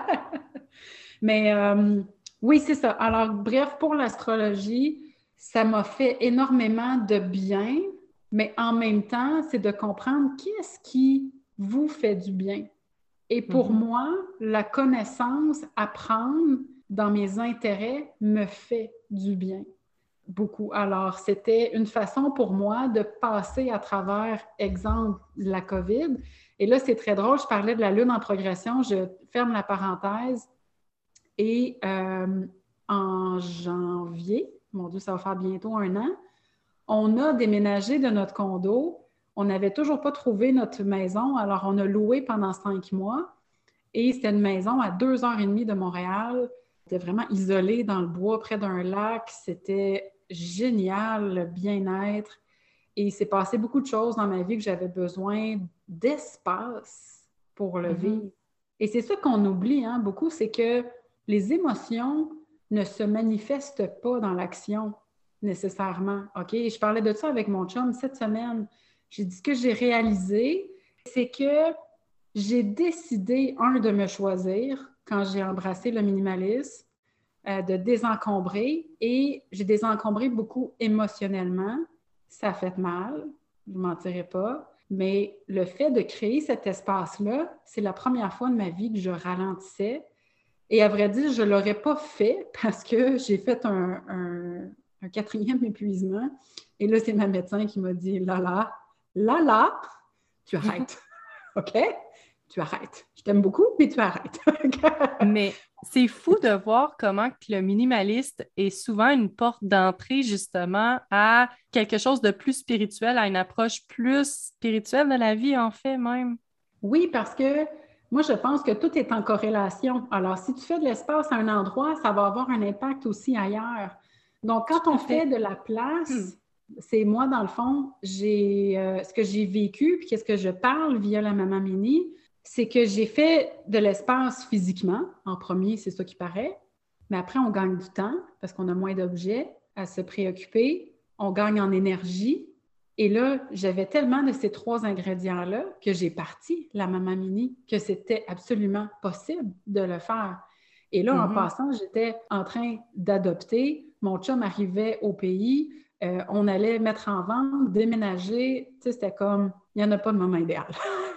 Mais euh, oui, c'est ça. Alors, bref, pour l'astrologie, ça m'a fait énormément de bien, mais en même temps, c'est de comprendre qu'est-ce qui vous fait du bien. Et pour Mhm. moi, la connaissance, apprendre, dans mes intérêts me fait du bien. Beaucoup. Alors, c'était une façon pour moi de passer à travers, exemple, la COVID. Et là, c'est très drôle, je parlais de la lune en progression, je ferme la parenthèse. Et euh, en janvier, mon Dieu, ça va faire bientôt un an, on a déménagé de notre condo. On n'avait toujours pas trouvé notre maison, alors on a loué pendant cinq mois. Et c'était une maison à deux heures et demie de Montréal. C'était vraiment isolé dans le bois, près d'un lac. C'était génial, le bien-être. Et il s'est passé beaucoup de choses dans ma vie que j'avais besoin d'espace pour le Mm-hmm. vivre. Et c'est ça qu'on oublie hein, beaucoup, c'est que les émotions ne se manifestent pas dans l'action nécessairement. OK? Je parlais de ça avec mon chum cette semaine. J'ai dit ce que j'ai réalisé, c'est que j'ai décidé, un, de me choisir quand j'ai embrassé le minimalisme, euh, de désencombrer et j'ai désencombré beaucoup émotionnellement. Ça a fait mal, je ne mentirai pas, mais le fait de créer cet espace-là, c'est la première fois de ma vie que je ralentissais. Et à vrai dire, je ne l'aurais pas fait parce que j'ai fait un, un, un quatrième épuisement. Et là, c'est ma médecin qui m'a dit « Lala, Lala, tu arrêtes. OK? Tu arrêtes. Je t'aime beaucoup, mais tu arrêtes. » Mais c'est fou de voir comment que le minimaliste est souvent une porte d'entrée justement à quelque chose de plus spirituel, à une approche plus spirituelle de la vie en fait même. Oui, parce que moi, je pense que tout est en corrélation. Alors, si tu fais de l'espace à un endroit, ça va avoir un impact aussi ailleurs. Donc, quand on fait. fait de la place, hmm. c'est moi, dans le fond, j'ai euh, ce que j'ai vécu, puis qu'est-ce que je parle via la Maman Mini, c'est que j'ai fait de l'espace physiquement. En premier, c'est ça qui paraît. Mais après, on gagne du temps parce qu'on a moins d'objets à se préoccuper. On gagne en énergie. Et là, j'avais tellement de ces trois ingrédients-là que j'ai parti la Maman Mini, que c'était absolument possible de le faire. Et là, mm-hmm. en passant, j'étais en train d'adopter. Mon chum arrivait au pays. Euh, on allait mettre en vente, déménager. Tu sais, c'était comme, il n'y en a pas de moment idéal.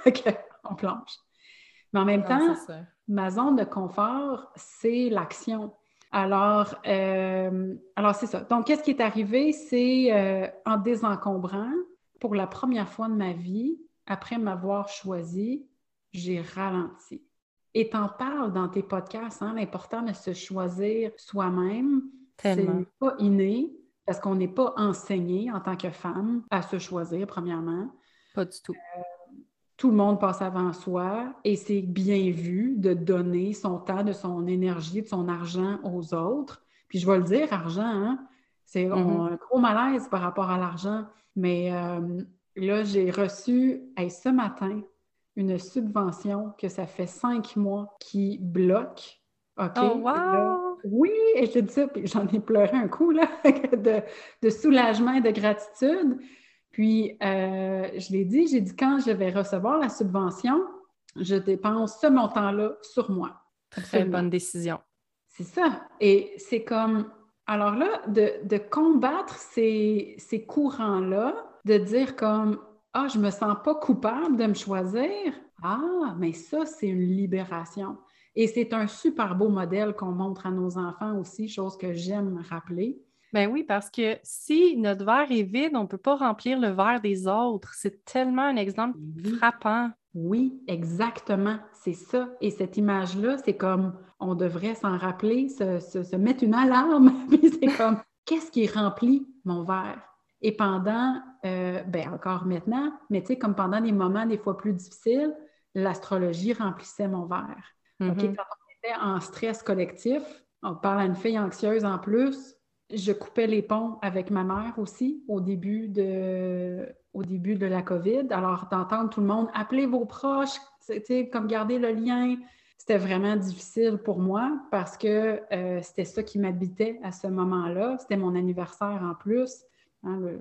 On plonge. Mais en même non, temps, ma zone de confort, c'est l'action. Alors, euh, alors c'est ça. Donc, qu'est-ce qui est arrivé? C'est euh, en désencombrant, pour la première fois de ma vie, après m'avoir choisi, j'ai ralenti. Et t'en parles dans tes podcasts, hein, l'important de se choisir soi-même. Tellement. C'est pas inné, parce qu'on n'est pas enseigné en tant que femme à se choisir, premièrement. Pas du tout. Euh, Tout le monde passe avant soi et c'est bien vu de donner son temps, de son énergie, de son argent aux autres. Puis je vais le dire, argent, hein? C'est mm-hmm. on a un gros malaise par rapport à l'argent. Mais euh, là, j'ai reçu hey, ce matin une subvention que ça fait cinq mois qui bloque. OK? Oh, wow! Là, oui! Et je te dis ça, puis j'en ai pleuré un coup là, de, de soulagement et de gratitude. Puis, euh, je l'ai dit, j'ai dit, quand je vais recevoir la subvention, je dépense ce montant-là sur moi. Très Absolument. Bonne décision. C'est ça. Et c'est comme, alors là, de, de combattre ces, ces courants-là, de dire comme, ah, je me sens pas coupable de me choisir. Ah, mais ça, c'est une libération. Et c'est un super beau modèle qu'on montre à nos enfants aussi, chose que j'aime rappeler. Ben oui, parce que si notre verre est vide, on ne peut pas remplir le verre des autres. C'est tellement un exemple oui. frappant. Oui, exactement. C'est ça. Et cette image-là, c'est comme, on devrait s'en rappeler, se, se, se mettre une alarme. Puis c'est comme, qu'est-ce qui remplit mon verre? Et pendant, euh, ben encore maintenant, mais tu sais, comme pendant des moments des fois plus difficiles, l'astrologie remplissait mon verre. Mm-hmm. OK, quand on était en stress collectif, on parle à une fille anxieuse en plus, je coupais les ponts avec ma mère aussi au début de, au début de la COVID. Alors, d'entendre tout le monde, appelez vos proches, c'était comme garder le lien. C'était vraiment difficile pour moi parce que euh, c'était ça qui m'habitait à ce moment-là. C'était mon anniversaire en plus. Hein, le,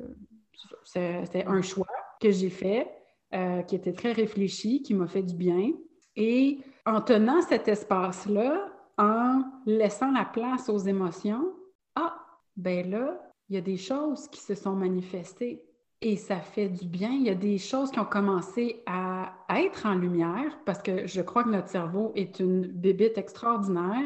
c'était un choix que j'ai fait, euh, qui était très réfléchi, qui m'a fait du bien. Et en tenant cet espace-là, en laissant la place aux émotions, ah, ben là, il y a des choses qui se sont manifestées et ça fait du bien. Il y a des choses qui ont commencé à être en lumière parce que je crois que notre cerveau est une bébite extraordinaire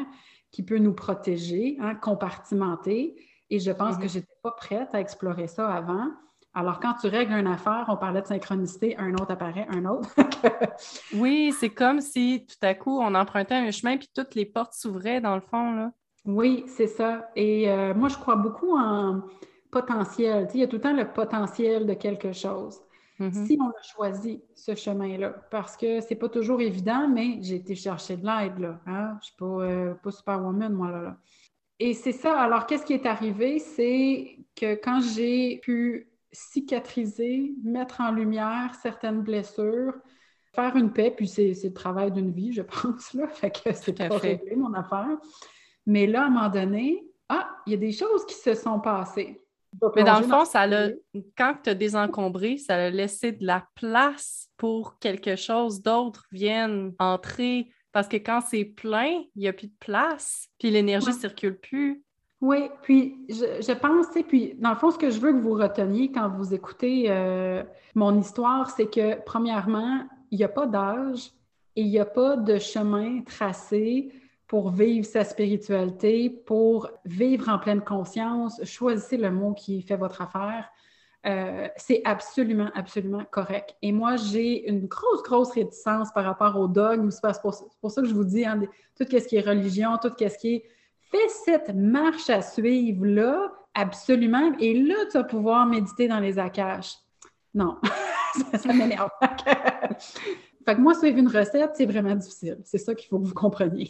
qui peut nous protéger, hein, compartimenter. Et je pense Mhm. que je n'étais pas prête à explorer ça avant. Alors, quand tu règles une affaire, on parlait de synchronicité, un autre apparaît, un autre. Oui, c'est comme si tout à coup, on empruntait un chemin puis toutes les portes s'ouvraient dans le fond, là. Oui, c'est ça. Et euh, moi, je crois beaucoup en potentiel. Tu sais, il y a tout le temps le potentiel de quelque chose. Mhm. Si on a choisi ce chemin-là, parce que c'est pas toujours évident, mais j'ai été chercher de l'aide, là. Hein? Je suis pas, euh, pas superwoman, moi, là, là. Et c'est ça. Alors, qu'est-ce qui est arrivé? C'est que quand j'ai pu cicatriser, mettre en lumière certaines blessures, faire une paix, puis c'est c'est le travail d'une vie, je pense, là. Fait que Tout c'est à pas fait. réglé, mon affaire. Mais là, à un moment donné, ah, il y a des choses qui se sont passées. Je vais Mais dans le plonger dans fond, ça ce l'a, sujet. quand tu as désencombré, ça a laissé de la place pour quelque chose d'autre vienne entrer. Parce que quand c'est plein, il n'y a plus de place, puis l'énergie Ouais. ne circule plus. Oui, puis je, je pense, tu sais, puis dans le fond, ce que je veux que vous reteniez quand vous écoutez euh, mon histoire, c'est que, premièrement, il n'y a pas d'âge et il n'y a pas de chemin tracé pour vivre sa spiritualité, pour vivre en pleine conscience. Choisissez le mot qui fait votre affaire. Euh, c'est absolument, absolument correct. Et moi, j'ai une grosse, grosse réticence par rapport au dogme. C'est pour, c'est pour ça que je vous dis, hein, tout ce qui est religion, tout ce qui est... Fais cette marche à suivre-là, absolument. Et là, tu vas pouvoir méditer dans les Akashs. Non, ça, ça m'énerve. Fait que moi, suivre une recette, c'est vraiment difficile. C'est ça qu'il faut que vous compreniez.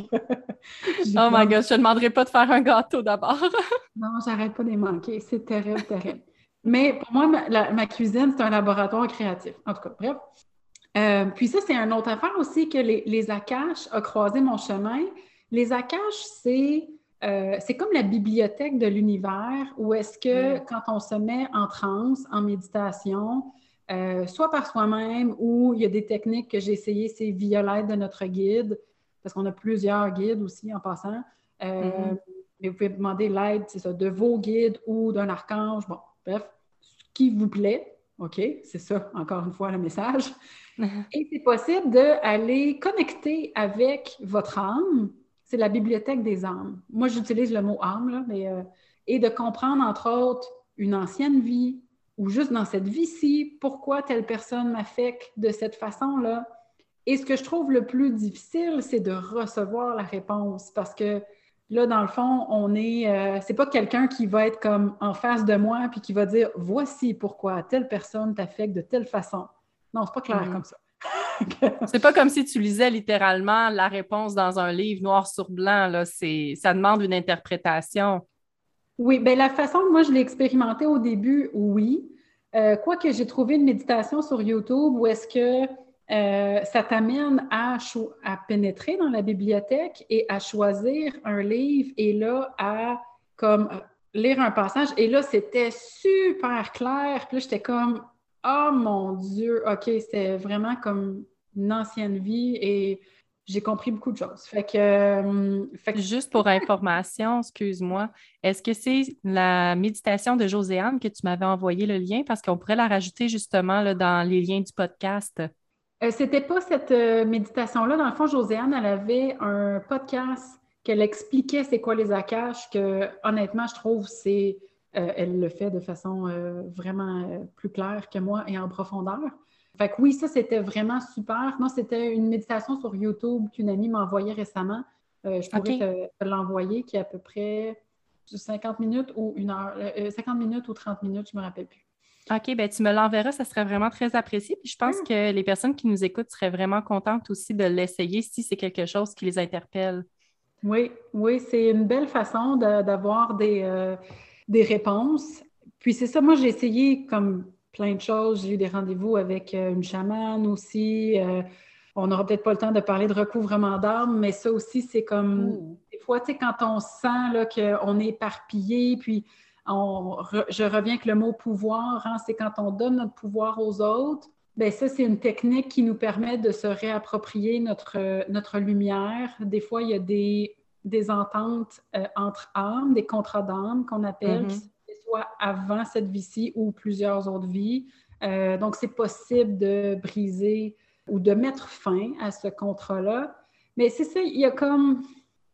J'y Oh my plonge. God, je te demanderai pas de faire un gâteau d'abord. Non, j'arrête pas de les manquer. C'est terrible, terrible. Mais pour moi, ma, la- ma cuisine, c'est un laboratoire créatif. En tout cas, bref. Euh, puis ça, c'est une autre affaire aussi que les, les Akashs a croisé mon chemin. Les Akashs, c'est euh, c'est comme la bibliothèque de l'univers où est-ce que Mm. quand on se met en transe, en méditation, euh, soit par soi-même ou il y a des techniques que j'ai essayées, c'est via l'aide de notre guide, parce qu'on a plusieurs guides aussi en passant. Euh, Mhm. mais vous pouvez demander l'aide, c'est ça, de vos guides ou d'un archange. Bon, bref, ce qui vous plaît. OK, c'est ça, encore une fois, le message. Et c'est possible d'aller connecter avec votre âme. C'est la bibliothèque des âmes. Moi, j'utilise le mot âme, là, mais, euh, et de comprendre, entre autres, une ancienne vie ou juste dans cette vie-ci, pourquoi telle personne m'affecte de cette façon-là. Et ce que je trouve le plus difficile, c'est de recevoir la réponse parce que là, dans le fond, on est, euh, c'est pas quelqu'un qui va être comme en face de moi puis qui va dire voici pourquoi telle personne t'affecte de telle façon. Non, c'est pas clair Mhm. comme ça. C'est pas comme si tu lisais littéralement la réponse dans un livre noir sur blanc, là. C'est, ça demande une interprétation. Oui, bien la façon que moi je l'ai expérimenté au début, oui. Euh, quoique j'ai trouvé une méditation sur YouTube où est-ce que euh, ça t'amène à, cho- à pénétrer dans la bibliothèque et à choisir un livre et là à comme lire un passage. Et là, c'était super clair. Puis là, j'étais comme, oh mon Dieu, OK, c'était vraiment comme une ancienne vie et j'ai compris beaucoup de choses. Fait que, euh, fait que Juste pour information, excuse-moi, est-ce que c'est la méditation de Joséanne que tu m'avais envoyé le lien? Parce qu'on pourrait la rajouter justement là, dans les liens du podcast. Euh, c'était pas cette euh, méditation-là. Dans le fond, Josiane, elle avait un podcast qu'elle expliquait c'est quoi les Akashs, que honnêtement, je trouve c'est euh, elle le fait de façon euh, vraiment euh, plus claire que moi et en profondeur. Fait que oui, ça, c'était vraiment super. Non, c'était une méditation sur YouTube qu'une amie m'a envoyée récemment. Euh, je pourrais OK. te, te l'envoyer, qui est à peu près cinquante minutes ou une heure, euh, cinquante minutes ou trente minutes, je ne me rappelle plus. OK, ben tu me l'enverras, ça serait vraiment très apprécié. Puis je pense que les personnes qui nous écoutent seraient vraiment contentes aussi de l'essayer si c'est quelque chose qui les interpelle. Oui, oui, c'est une belle façon de- d'avoir des, euh, des réponses. Puis c'est ça, moi j'ai essayé comme plein de choses. J'ai eu des rendez-vous avec euh, une chamane aussi. Euh, on n'aura peut-être pas le temps de parler de recouvrement d'armes, mais ça aussi, c'est comme Ouh. des fois, tu sais, quand on sent là, qu'on est éparpillé, puis on, re- je reviens avec le mot pouvoir, hein, c'est quand on donne notre pouvoir aux autres. Bien, ça, c'est une technique qui nous permet de se réapproprier notre, euh, notre lumière. Des fois, il y a des, des ententes euh, entre âmes, des contrats d'âme qu'on appelle, qui se Mhm. fait soit avant cette vie-ci ou plusieurs autres vies. Euh, donc, c'est possible de briser ou de mettre fin à ce contrat-là. Mais c'est ça, il y a comme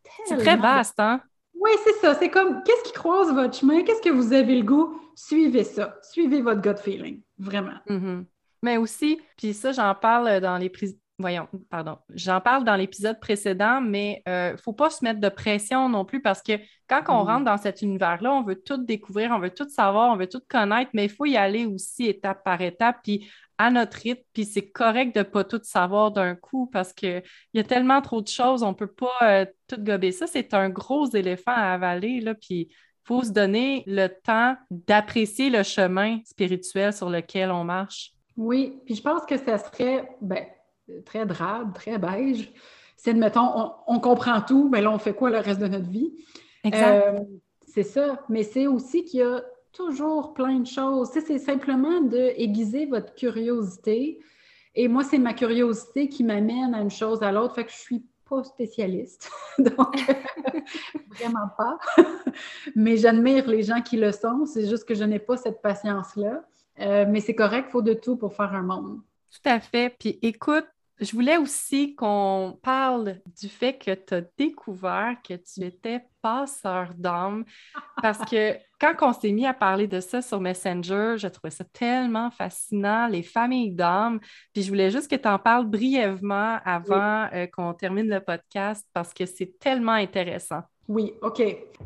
C'est très tellement... vaste, hein? Oui, c'est ça. C'est comme, qu'est-ce qui croise votre chemin? Qu'est-ce que vous avez le goût? Suivez ça. Suivez votre gut feeling. Vraiment. Mhm. Mais aussi, puis ça, j'en parle dans les pris- Voyons, pardon. J'en parle dans l'épisode précédent, mais il ne faut pas se mettre de pression non plus parce que quand on rentre Mm. dans cet univers-là, on veut tout découvrir, on veut tout savoir, on veut tout connaître, mais il faut y aller aussi étape par étape, puis à notre rythme, puis c'est correct de ne pas tout savoir d'un coup parce qu'il y a tellement trop de choses, on ne peut pas euh, tout gober ça. C'est un gros éléphant à avaler, là, puis il faut se donner le temps d'apprécier le chemin spirituel sur lequel on marche. Oui, puis je pense que ça serait ben, très drabe, très beige. C'est, admettons, on, on comprend tout, mais là, on fait quoi le reste de notre vie? Exact. Euh, c'est ça, mais c'est aussi qu'il y a toujours plein de choses. Tu sais, c'est simplement de aiguiser votre curiosité. Et moi, c'est ma curiosité qui m'amène à une chose à l'autre. Fait que je suis pas spécialiste. Donc, vraiment pas. Mais j'admire les gens qui le sont. C'est juste que je n'ai pas cette patience-là. Euh, mais c'est correct, il faut de tout pour faire un monde. Tout à fait. Puis écoute, je voulais aussi qu'on parle du fait que tu as découvert que tu étais passeur d'âme parce que quand on s'est mis à parler de ça sur Messenger, je trouvais ça tellement fascinant, les familles d'âme. Puis je voulais juste que tu en parles brièvement Oui. avant euh, qu'on termine le podcast parce que c'est tellement intéressant. Oui, OK.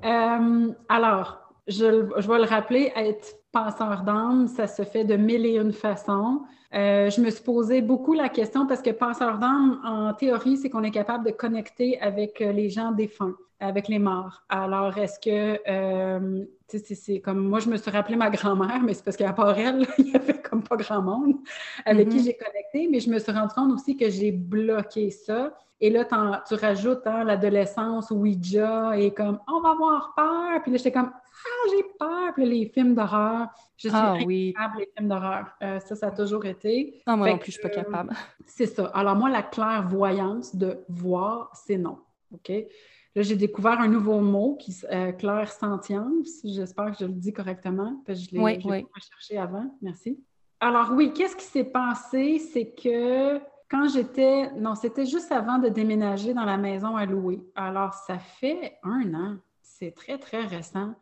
Euh, alors, je, je vais le rappeler, être penseur d'âme, ça se fait de mille et une façons. Euh, je me suis posé beaucoup la question parce que penseur d'âme, en théorie, c'est qu'on est capable de connecter avec les gens défunts, avec les morts. Alors, est-ce que, euh, tu sais, c'est, c'est comme, moi, je me suis rappelé ma grand-mère, mais c'est parce qu'à part elle, il y avait comme pas grand monde avec qui Mhm. j'ai connecté, mais je me suis rendu compte aussi que j'ai bloqué ça. Et là, tu rajoutes hein, l'adolescence, Ouija, et comme on va avoir peur. Puis là, j'étais comme ah, j'ai peur. Puis là, les films d'horreur, je suis Ah oui. incapable les films d'horreur. Euh, ça, ça a toujours été. Non, moi Fait non que plus, je suis pas euh, capable. c'est ça. Alors, moi, la clairvoyance de voir, c'est non. OK? Là, j'ai découvert un nouveau mot qui euh, clair-sentience. J'espère que je le dis correctement, parce que je Oui, l'ai, je l'ai pas oui. recherché avant. Merci. Alors, oui, qu'est-ce qui s'est passé? C'est que quand j'étais, non, c'était juste avant de déménager dans la maison à louer. Alors, ça fait un an. C'est très, très récent.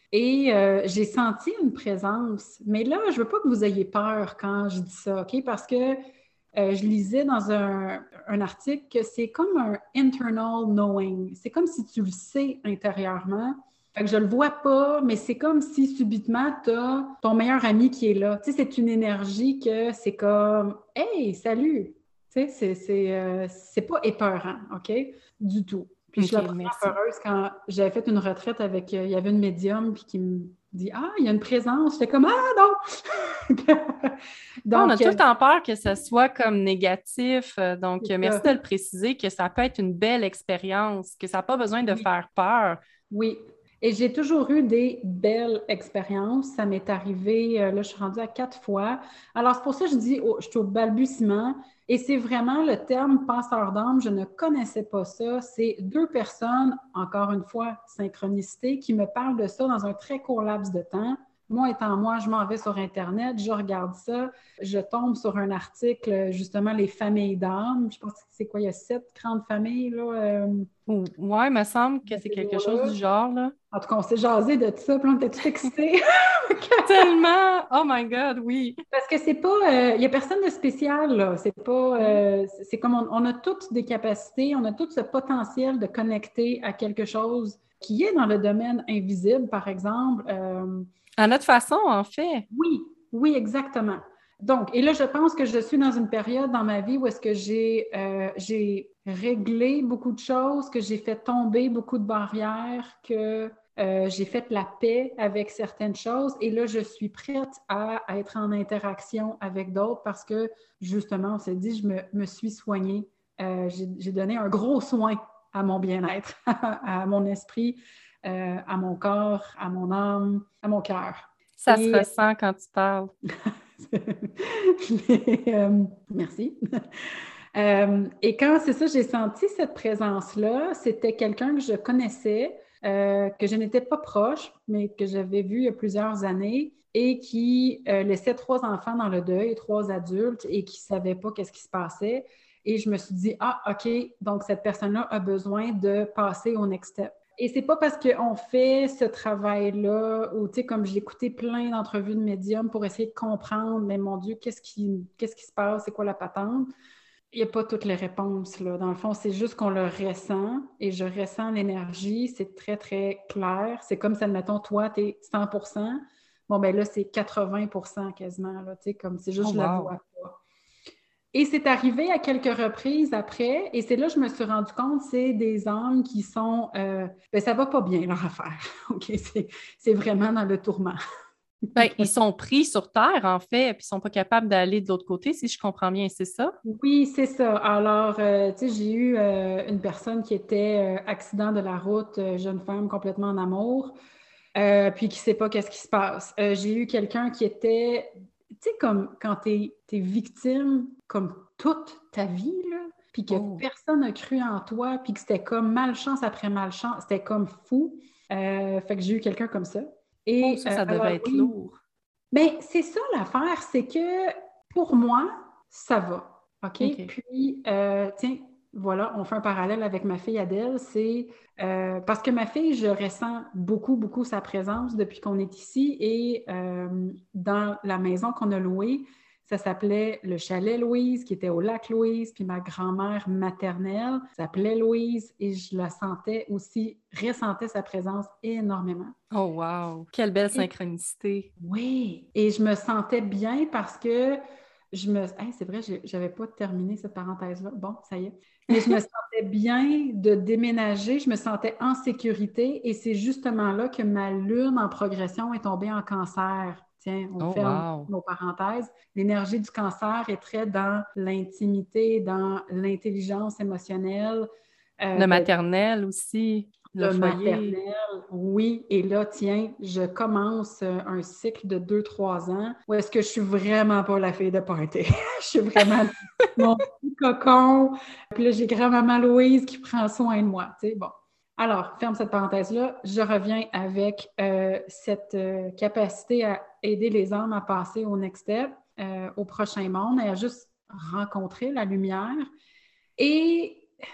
Et euh, j'ai senti une présence. Mais là, je ne veux pas que vous ayez peur quand je dis ça, OK? Parce que euh, je lisais dans un, un article que c'est comme un internal knowing. C'est comme si tu le sais intérieurement. Fait que je le vois pas, mais c'est comme si subitement tu as ton meilleur ami qui est là. Tu sais, c'est une énergie que c'est comme Hey, salut! Tu sais, c'est, c'est, euh, c'est pas épeurant, OK? Du tout. Puis je suis OK, la première merci. peureuse quand j'avais fait une retraite avec, euh, il y avait une médium puis qui me dit Ah, il y a une présence. J'étais comme Ah non! Ah, on a Donc, tout euh, le temps peur que ce soit comme négatif. euh, Donc, c'est euh, merci ça. de le préciser que ça peut être une belle expérience, que ça n'a pas besoin de Oui. faire peur. Oui. Et j'ai toujours eu des belles expériences. Ça m'est arrivé, euh, là, je suis rendue à quatre fois. Alors, c'est pour ça que je dis, oh, je suis au balbutiement. Et c'est vraiment le terme penseur d'âme. Je ne connaissais pas ça. C'est deux personnes, encore une fois, synchronicité, qui me parlent de ça dans un très court laps de temps. Moi étant moi, je m'en vais sur Internet, je regarde ça, je tombe sur un article, justement, les familles d'âme. Je pense que c'est quoi, il y a sept grandes familles, là. euh, Ou- Ouais, il me semble que dans c'est ces quelque chose eaux-là. du genre, là. En tout cas, on s'est jasé de ça, puis on était tout excités. Tellement! Oh my God, oui! Parce que c'est pas, il euh, n'y a personne de spécial, là. C'est pas, euh, c'est comme on, on a toutes des capacités, on a tout ce potentiel de connecter à quelque chose qui est dans le domaine invisible, par exemple. Euh, À notre façon, en fait. oui, oui, exactement. Donc, et là, je pense que je suis dans une période dans ma vie où est-ce que j'ai euh, j'ai réglé beaucoup de choses, que j'ai fait tomber beaucoup de barrières, que euh, j'ai fait la paix avec certaines choses. Et là, je suis prête à, à être en interaction avec d'autres parce que, justement, on s'est dit, je me, me suis soignée. Euh, j'ai donné un gros soin à mon bien-être, à mon esprit, euh, à mon corps, à mon âme, à mon cœur. Ça se Et ressent quand tu parles. Mais, euh, merci. Euh, et quand c'est ça, j'ai senti cette présence-là, c'était quelqu'un que je connaissais, euh, que je n'étais pas proche, mais que j'avais vu il y a plusieurs années et qui euh, laissait trois enfants dans le deuil, trois adultes, et qui ne savaient pas qu'est-ce qui se passait. Et je me suis dit, ah, OK, donc cette personne-là a besoin de passer au next step. Et c'est pas parce qu'on fait ce travail-là, ou tu sais, comme j'ai écouté plein d'entrevues de médiums pour essayer de comprendre, mais mon Dieu, qu'est-ce qui, qu'est-ce qui se passe, c'est quoi la patente? Il n'y a pas toutes les réponses, là. Dans le fond, c'est juste qu'on le ressent, et je ressens l'énergie, c'est très, très clair. C'est comme si, admettons, toi, tu es cent pour cent. Bon, ben là, c'est quatre-vingts pour cent quasiment, là, tu sais, comme c'est juste, Oh, je la wow. vois pas. Et c'est arrivé à quelques reprises après, et c'est là que je me suis rendu compte, c'est des âmes qui sont... Euh, ben, ça va pas bien, leur affaire. OK? C'est, c'est vraiment dans le tourment. Ben, ils sont pris sur Terre, en fait, puis ils sont pas capables d'aller de l'autre côté, si je comprends bien, c'est ça? Oui, c'est ça. Alors, euh, tu sais, j'ai eu euh, une personne qui était euh, accident de la route, euh, jeune femme complètement en amour, euh, puis qui sait pas qu'est-ce qui se passe. Euh, j'ai eu quelqu'un qui était, tu sais, comme quand t'es, t'es victime comme toute ta vie, là, puis que Oh. personne n'a cru en toi, puis que c'était comme malchance après malchance, c'était comme fou. Euh, fait que j'ai eu quelqu'un comme ça. Oh, Et ça, euh, ça devait être Halloween, lourd. ben, c'est ça l'affaire, c'est que pour moi, ça va. OK? OK. Puis, euh, tiens, voilà, on fait un parallèle avec ma fille Adèle. C'est euh, parce que ma fille, je ressens beaucoup, beaucoup sa présence depuis qu'on est ici et euh, dans la maison qu'on a louée, ça s'appelait le chalet Louise, qui était au lac Louise, puis ma grand-mère maternelle s'appelait Louise et je la sentais aussi, ressentais sa présence énormément. Oh, wow! Quelle belle Et synchronicité! oui, et je me sentais bien parce que je me... Hey, c'est vrai, je n'avais pas terminé cette parenthèse-là. Bon, ça y est. Mais je me sentais bien de déménager, je me sentais en sécurité et c'est justement là que ma lune en progression est tombée en cancer. Tiens, on Oh, ferme wow! nos parenthèses. L'énergie du cancer est très dans l'intimité, dans l'intelligence émotionnelle, euh, Le d'être maternel aussi, le le foyer. maternel, oui. Et là, tiens, je commence euh, un cycle de deux, trois ans où est-ce que je suis vraiment pas la fille de party. Je suis vraiment mon petit cocon. Puis là, j'ai grand-maman Louise qui prend soin de moi. Tu sais, bon. Alors, ferme cette parenthèse-là. Je reviens avec euh, cette euh, capacité à aider les hommes à passer au next step, euh, au prochain monde, et à juste rencontrer la lumière. Et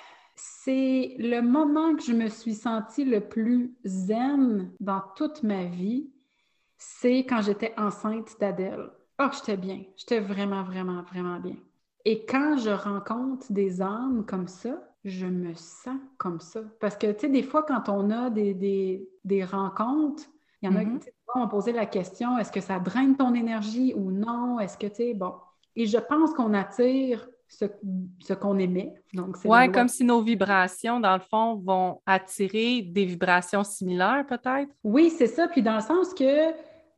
c'est le moment que je me suis sentie le plus zen dans toute ma vie, c'est quand j'étais enceinte d'Adèle. Oh, j'étais bien. J'étais vraiment, vraiment, vraiment bien. Et quand je rencontre des âmes comme ça, je me sens comme ça. Parce que, tu sais, des fois, quand on a des, des, des rencontres, il y en a qui Mhm. m'ont posé la question, est-ce que ça draine ton énergie ou non? Est-ce que, tu sais, bon. Et je pense qu'on attire ce, ce qu'on émet. Donc, c'est la Ouais, loi. comme si nos vibrations, dans le fond, vont attirer des vibrations similaires, peut-être? Oui, c'est ça. Puis dans le sens que,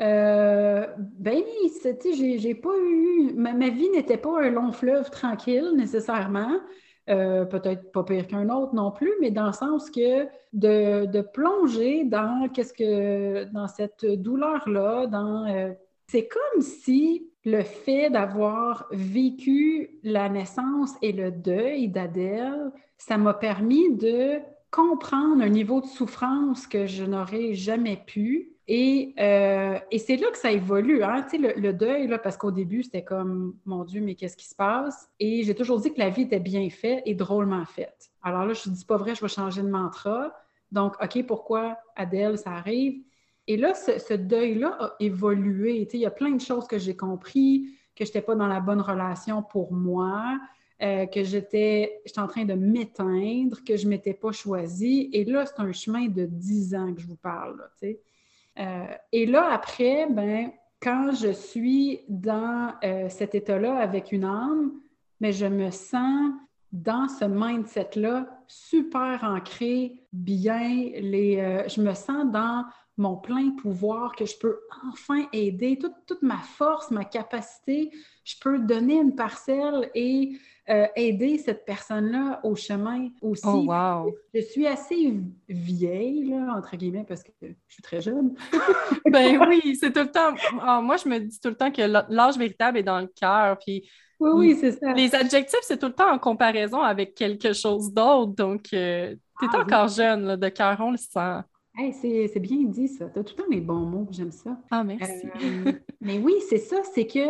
euh, ben, c'est- tu sais, j'ai, j'ai pas eu, ma, ma vie n'était pas un long fleuve tranquille nécessairement. Euh, peut-être pas pire qu'un autre non plus, mais dans le sens que de, de plonger dans qu'est-ce que, dans cette douleur-là, dans, euh, c'est comme si le fait d'avoir vécu la naissance et le deuil d'Adèle, ça m'a permis de comprendre un niveau de souffrance que je n'aurais jamais pu. Et, euh, et c'est là que ça évolue, hein? Tu sais, le, le deuil, là, parce qu'au début, c'était comme, mon Dieu, mais qu'est-ce qui se passe? Et j'ai toujours dit que la vie était bien faite et drôlement faite. Alors là, je ne dis pas vrai, je vais changer de mantra. Donc, OK, pourquoi Adèle, ça arrive? Et là, ce, ce deuil-là a évolué. Tu sais, il y a plein de choses que j'ai compris, que je n'étais pas dans la bonne relation pour moi, euh, que j'étais, j'étais en train de m'éteindre, que je ne m'étais pas choisie. Et là, c'est un chemin de dix ans que je vous parle. Là, tu sais. Euh, et là, après, ben, quand je suis dans euh, cet état-là avec une âme, mais je me sens dans ce mindset-là super ancré, bien, les, euh, je me sens dans mon plein pouvoir, que je peux enfin aider, toute, toute ma force, ma capacité, je peux donner une parcelle et euh, aider cette personne-là au chemin Oh, aussi. wow! Je suis assez vieille, là, entre guillemets, parce que je suis très jeune. Ben oui, c'est tout le temps. Ah, moi, je me dis tout le temps que l'âge véritable est dans le cœur. Puis Oui, l- oui, c'est ça. les adjectifs, c'est tout le temps en comparaison avec quelque chose d'autre. Donc, euh, t'es Ah oui. encore jeune, là, de cœur, on le sent. Hey, c'est, c'est bien dit, ça. Tu as tout le temps les bons mots, j'aime ça. Ah, merci. Euh, mais oui, c'est ça, c'est que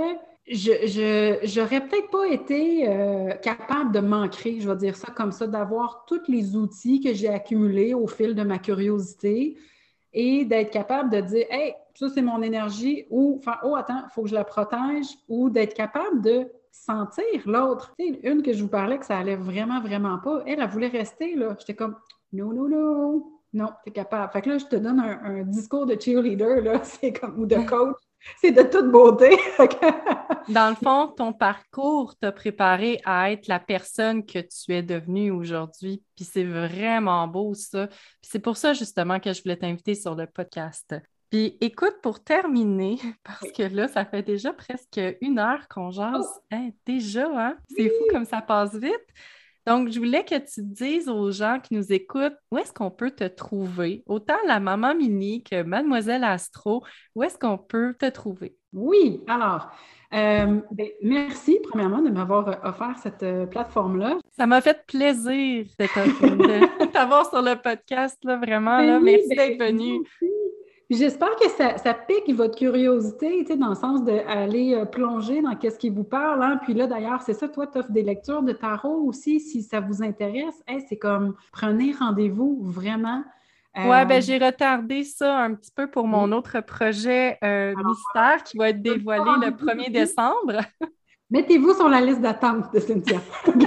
je, je, j'aurais peut-être pas été euh, capable de m'ancrer, je vais dire ça comme ça, d'avoir tous les outils que j'ai accumulés au fil de ma curiosité et d'être capable de dire, hey, ça c'est mon énergie, ou, enfin, oh, attends, il faut que je la protège, ou d'être capable de sentir l'autre. Tu sais, une que je vous parlais que ça allait vraiment, vraiment pas, elle, elle voulait rester, là. J'étais comme, non, non, non, non, t'es capable. Fait que là, je te donne un, un discours de cheerleader, là, c'est comme, ou de coach. C'est de toute beauté. Dans le fond, ton parcours t'a préparé à être la personne que tu es devenue aujourd'hui. Puis c'est vraiment beau, ça. Puis c'est pour ça, justement, que je voulais t'inviter sur le podcast. Puis écoute, pour terminer, parce que là, ça fait déjà presque une heure qu'on jase. Oh, Hein, déjà, hein? C'est oui. fou comme ça passe vite. Donc, je voulais que tu dises aux gens qui nous écoutent où est-ce qu'on peut te trouver, autant la Maman Mini que Mademoiselle Astro, où est-ce qu'on peut te trouver? Oui, alors, euh, ben, merci premièrement de m'avoir euh, offert cette euh, plateforme-là. Ça m'a fait plaisir de t'a- de t'avoir sur le podcast, là, vraiment. Ben Là. oui, Merci ben, d'être moi venu. aussi. Puis j'espère que ça, ça pique votre curiosité, tu sais, dans le sens d'aller euh, plonger dans qu'est-ce qui vous parle. Hein. Puis là, d'ailleurs, c'est ça, toi, tu offres des lectures de tarot aussi, si ça vous intéresse. Hey, c'est comme, prenez rendez-vous, vraiment. Ouais, Euh, ben j'ai retardé ça un petit peu pour oui. mon autre projet euh, Alors, mystère qui va être je donne pas dévoilé le rendez-vous tout premier de suite. décembre. Mettez-vous sur la liste d'attente de Cynthia.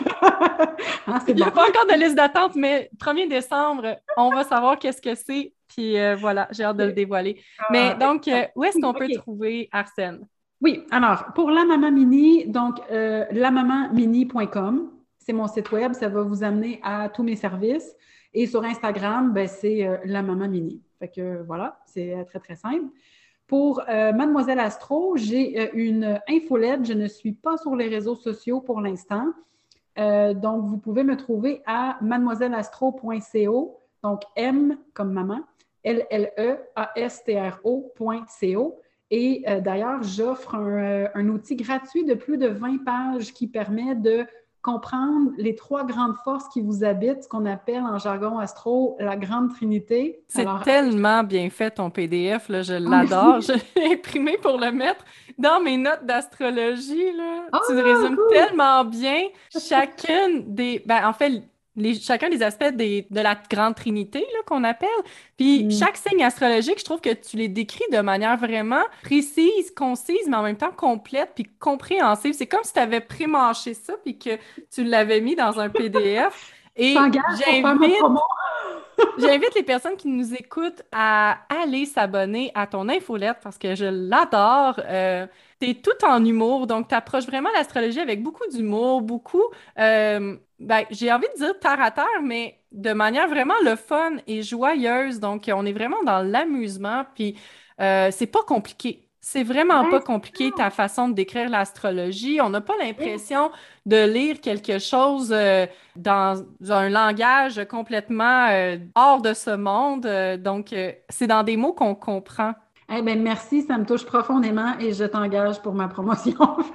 Hein, c'est Il n'y bon. a pas encore de liste d'attente, mais premier décembre, on va savoir qu'est-ce que c'est. Puis euh, voilà, j'ai hâte de le dévoiler. Mais Ah, donc, euh, où est-ce oui, qu'on peut OK. trouver Arsène? Oui, alors, pour La Maman Mini, donc euh, la maman mini point com, c'est mon site web, ça va vous amener à tous mes services. Et sur Instagram, ben, c'est euh, La Maman Mini. Fait que voilà, c'est euh, très, très simple. Pour euh, Mademoiselle Astro, j'ai euh, une infolette. Je ne suis pas sur les réseaux sociaux pour l'instant. Euh, donc, vous pouvez me trouver à mademoiselle astro point co, donc M comme maman, L L E A S T R O point co. Et euh, d'ailleurs, j'offre un, euh, un outil gratuit de plus de vingt pages qui permet de comprendre les trois grandes forces qui vous habitent, ce qu'on appelle en jargon astro la grande trinité. C'est Alors, tellement bien fait ton P D F, là, je oh, l'adore. Je merci. l'ai imprimé pour le mettre dans mes notes d'astrologie. Là. Tu le Oh, résumes cool! tellement bien chacune des. Ben, en fait, les, chacun des aspects des, de la grande trinité là, qu'on appelle. Puis Mm. chaque signe astrologique, je trouve que tu les décris de manière vraiment précise, concise, mais en même temps complète puis compréhensive. C'est comme si tu avais pré-mâché ça puis que tu l'avais mis dans un P D F. Je Et t'engage pour faire ma j'invite promo. J'invite les personnes qui nous écoutent à aller s'abonner à ton infolette parce que je l'adore. Euh, t'es tout en humour, donc tu approches vraiment l'astrologie avec beaucoup d'humour, beaucoup, euh, ben, j'ai envie de dire terre à terre, mais de manière vraiment le fun et joyeuse. Donc, on est vraiment dans l'amusement, puis euh, c'est pas compliqué. C'est vraiment Ben, pas compliqué ta façon de décrire l'astrologie. On n'a pas c'est l'impression de lire quelque chose euh, dans un langage complètement euh, hors de ce monde. Euh, donc, euh, c'est dans des mots qu'on comprend. Eh bien, merci, ça me touche profondément et je t'engage pour ma promotion.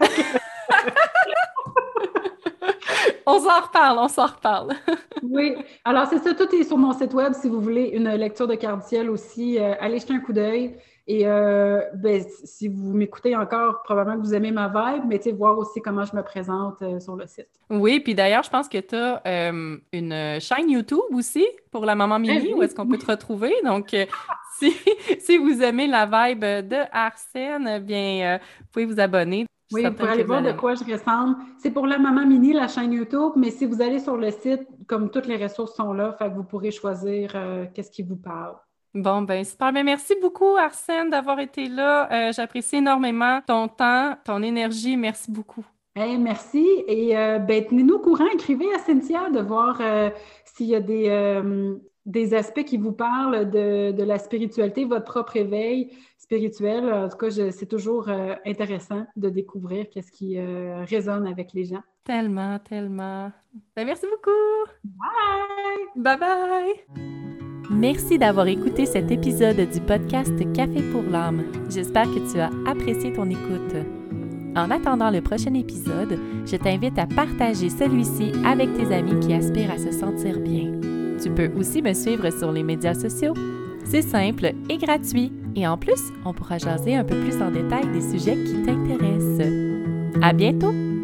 On s'en reparle, on s'en reparle. Oui, alors c'est ça, tout est sur mon site web. Si vous voulez une lecture de carte du ciel aussi, euh, allez jeter un coup d'œil. Et euh, ben, si vous m'écoutez encore, probablement que vous aimez ma vibe, mais tu sais, voir aussi comment je me présente euh, sur le site. Oui, puis d'ailleurs, je pense que tu as euh, une chaîne YouTube aussi pour la Maman Eh Mini où oui, est-ce qu'on peut te retrouver. Donc, euh, si, si vous aimez la vibe de Arsène, eh bien, euh, vous pouvez vous abonner. Je suis oui, vous certaine pouvez que aller vous voir allez de aimer. quoi je ressemble. C'est pour la Maman Mini, la chaîne YouTube, mais si vous allez sur le site, comme toutes les ressources sont là, fait que vous pourrez choisir euh, qu'est-ce qui vous parle. Bon, ben super. Ben, merci beaucoup, Arsène, d'avoir été là. Euh, j'apprécie énormément ton temps, ton énergie. Merci beaucoup. Hey, merci. Et euh, ben, tenez-nous au courant, écrivez à Cynthia de voir euh, s'il y a des, euh, des aspects qui vous parlent de, de la spiritualité, votre propre éveil spirituel. En tout cas, je- c'est toujours euh, intéressant de découvrir qu'est-ce qui euh, résonne avec les gens. Tellement, tellement. Ben, merci beaucoup. Bye! Bye bye. Merci d'avoir écouté cet épisode du podcast Café pour l'âme. J'espère que tu as apprécié ton écoute. En attendant le prochain épisode, je t'invite à partager celui-ci avec tes amis qui aspirent à se sentir bien. Tu peux aussi me suivre sur les médias sociaux. C'est simple et gratuit. Et en plus, on pourra jaser un peu plus en détail des sujets qui t'intéressent. À bientôt!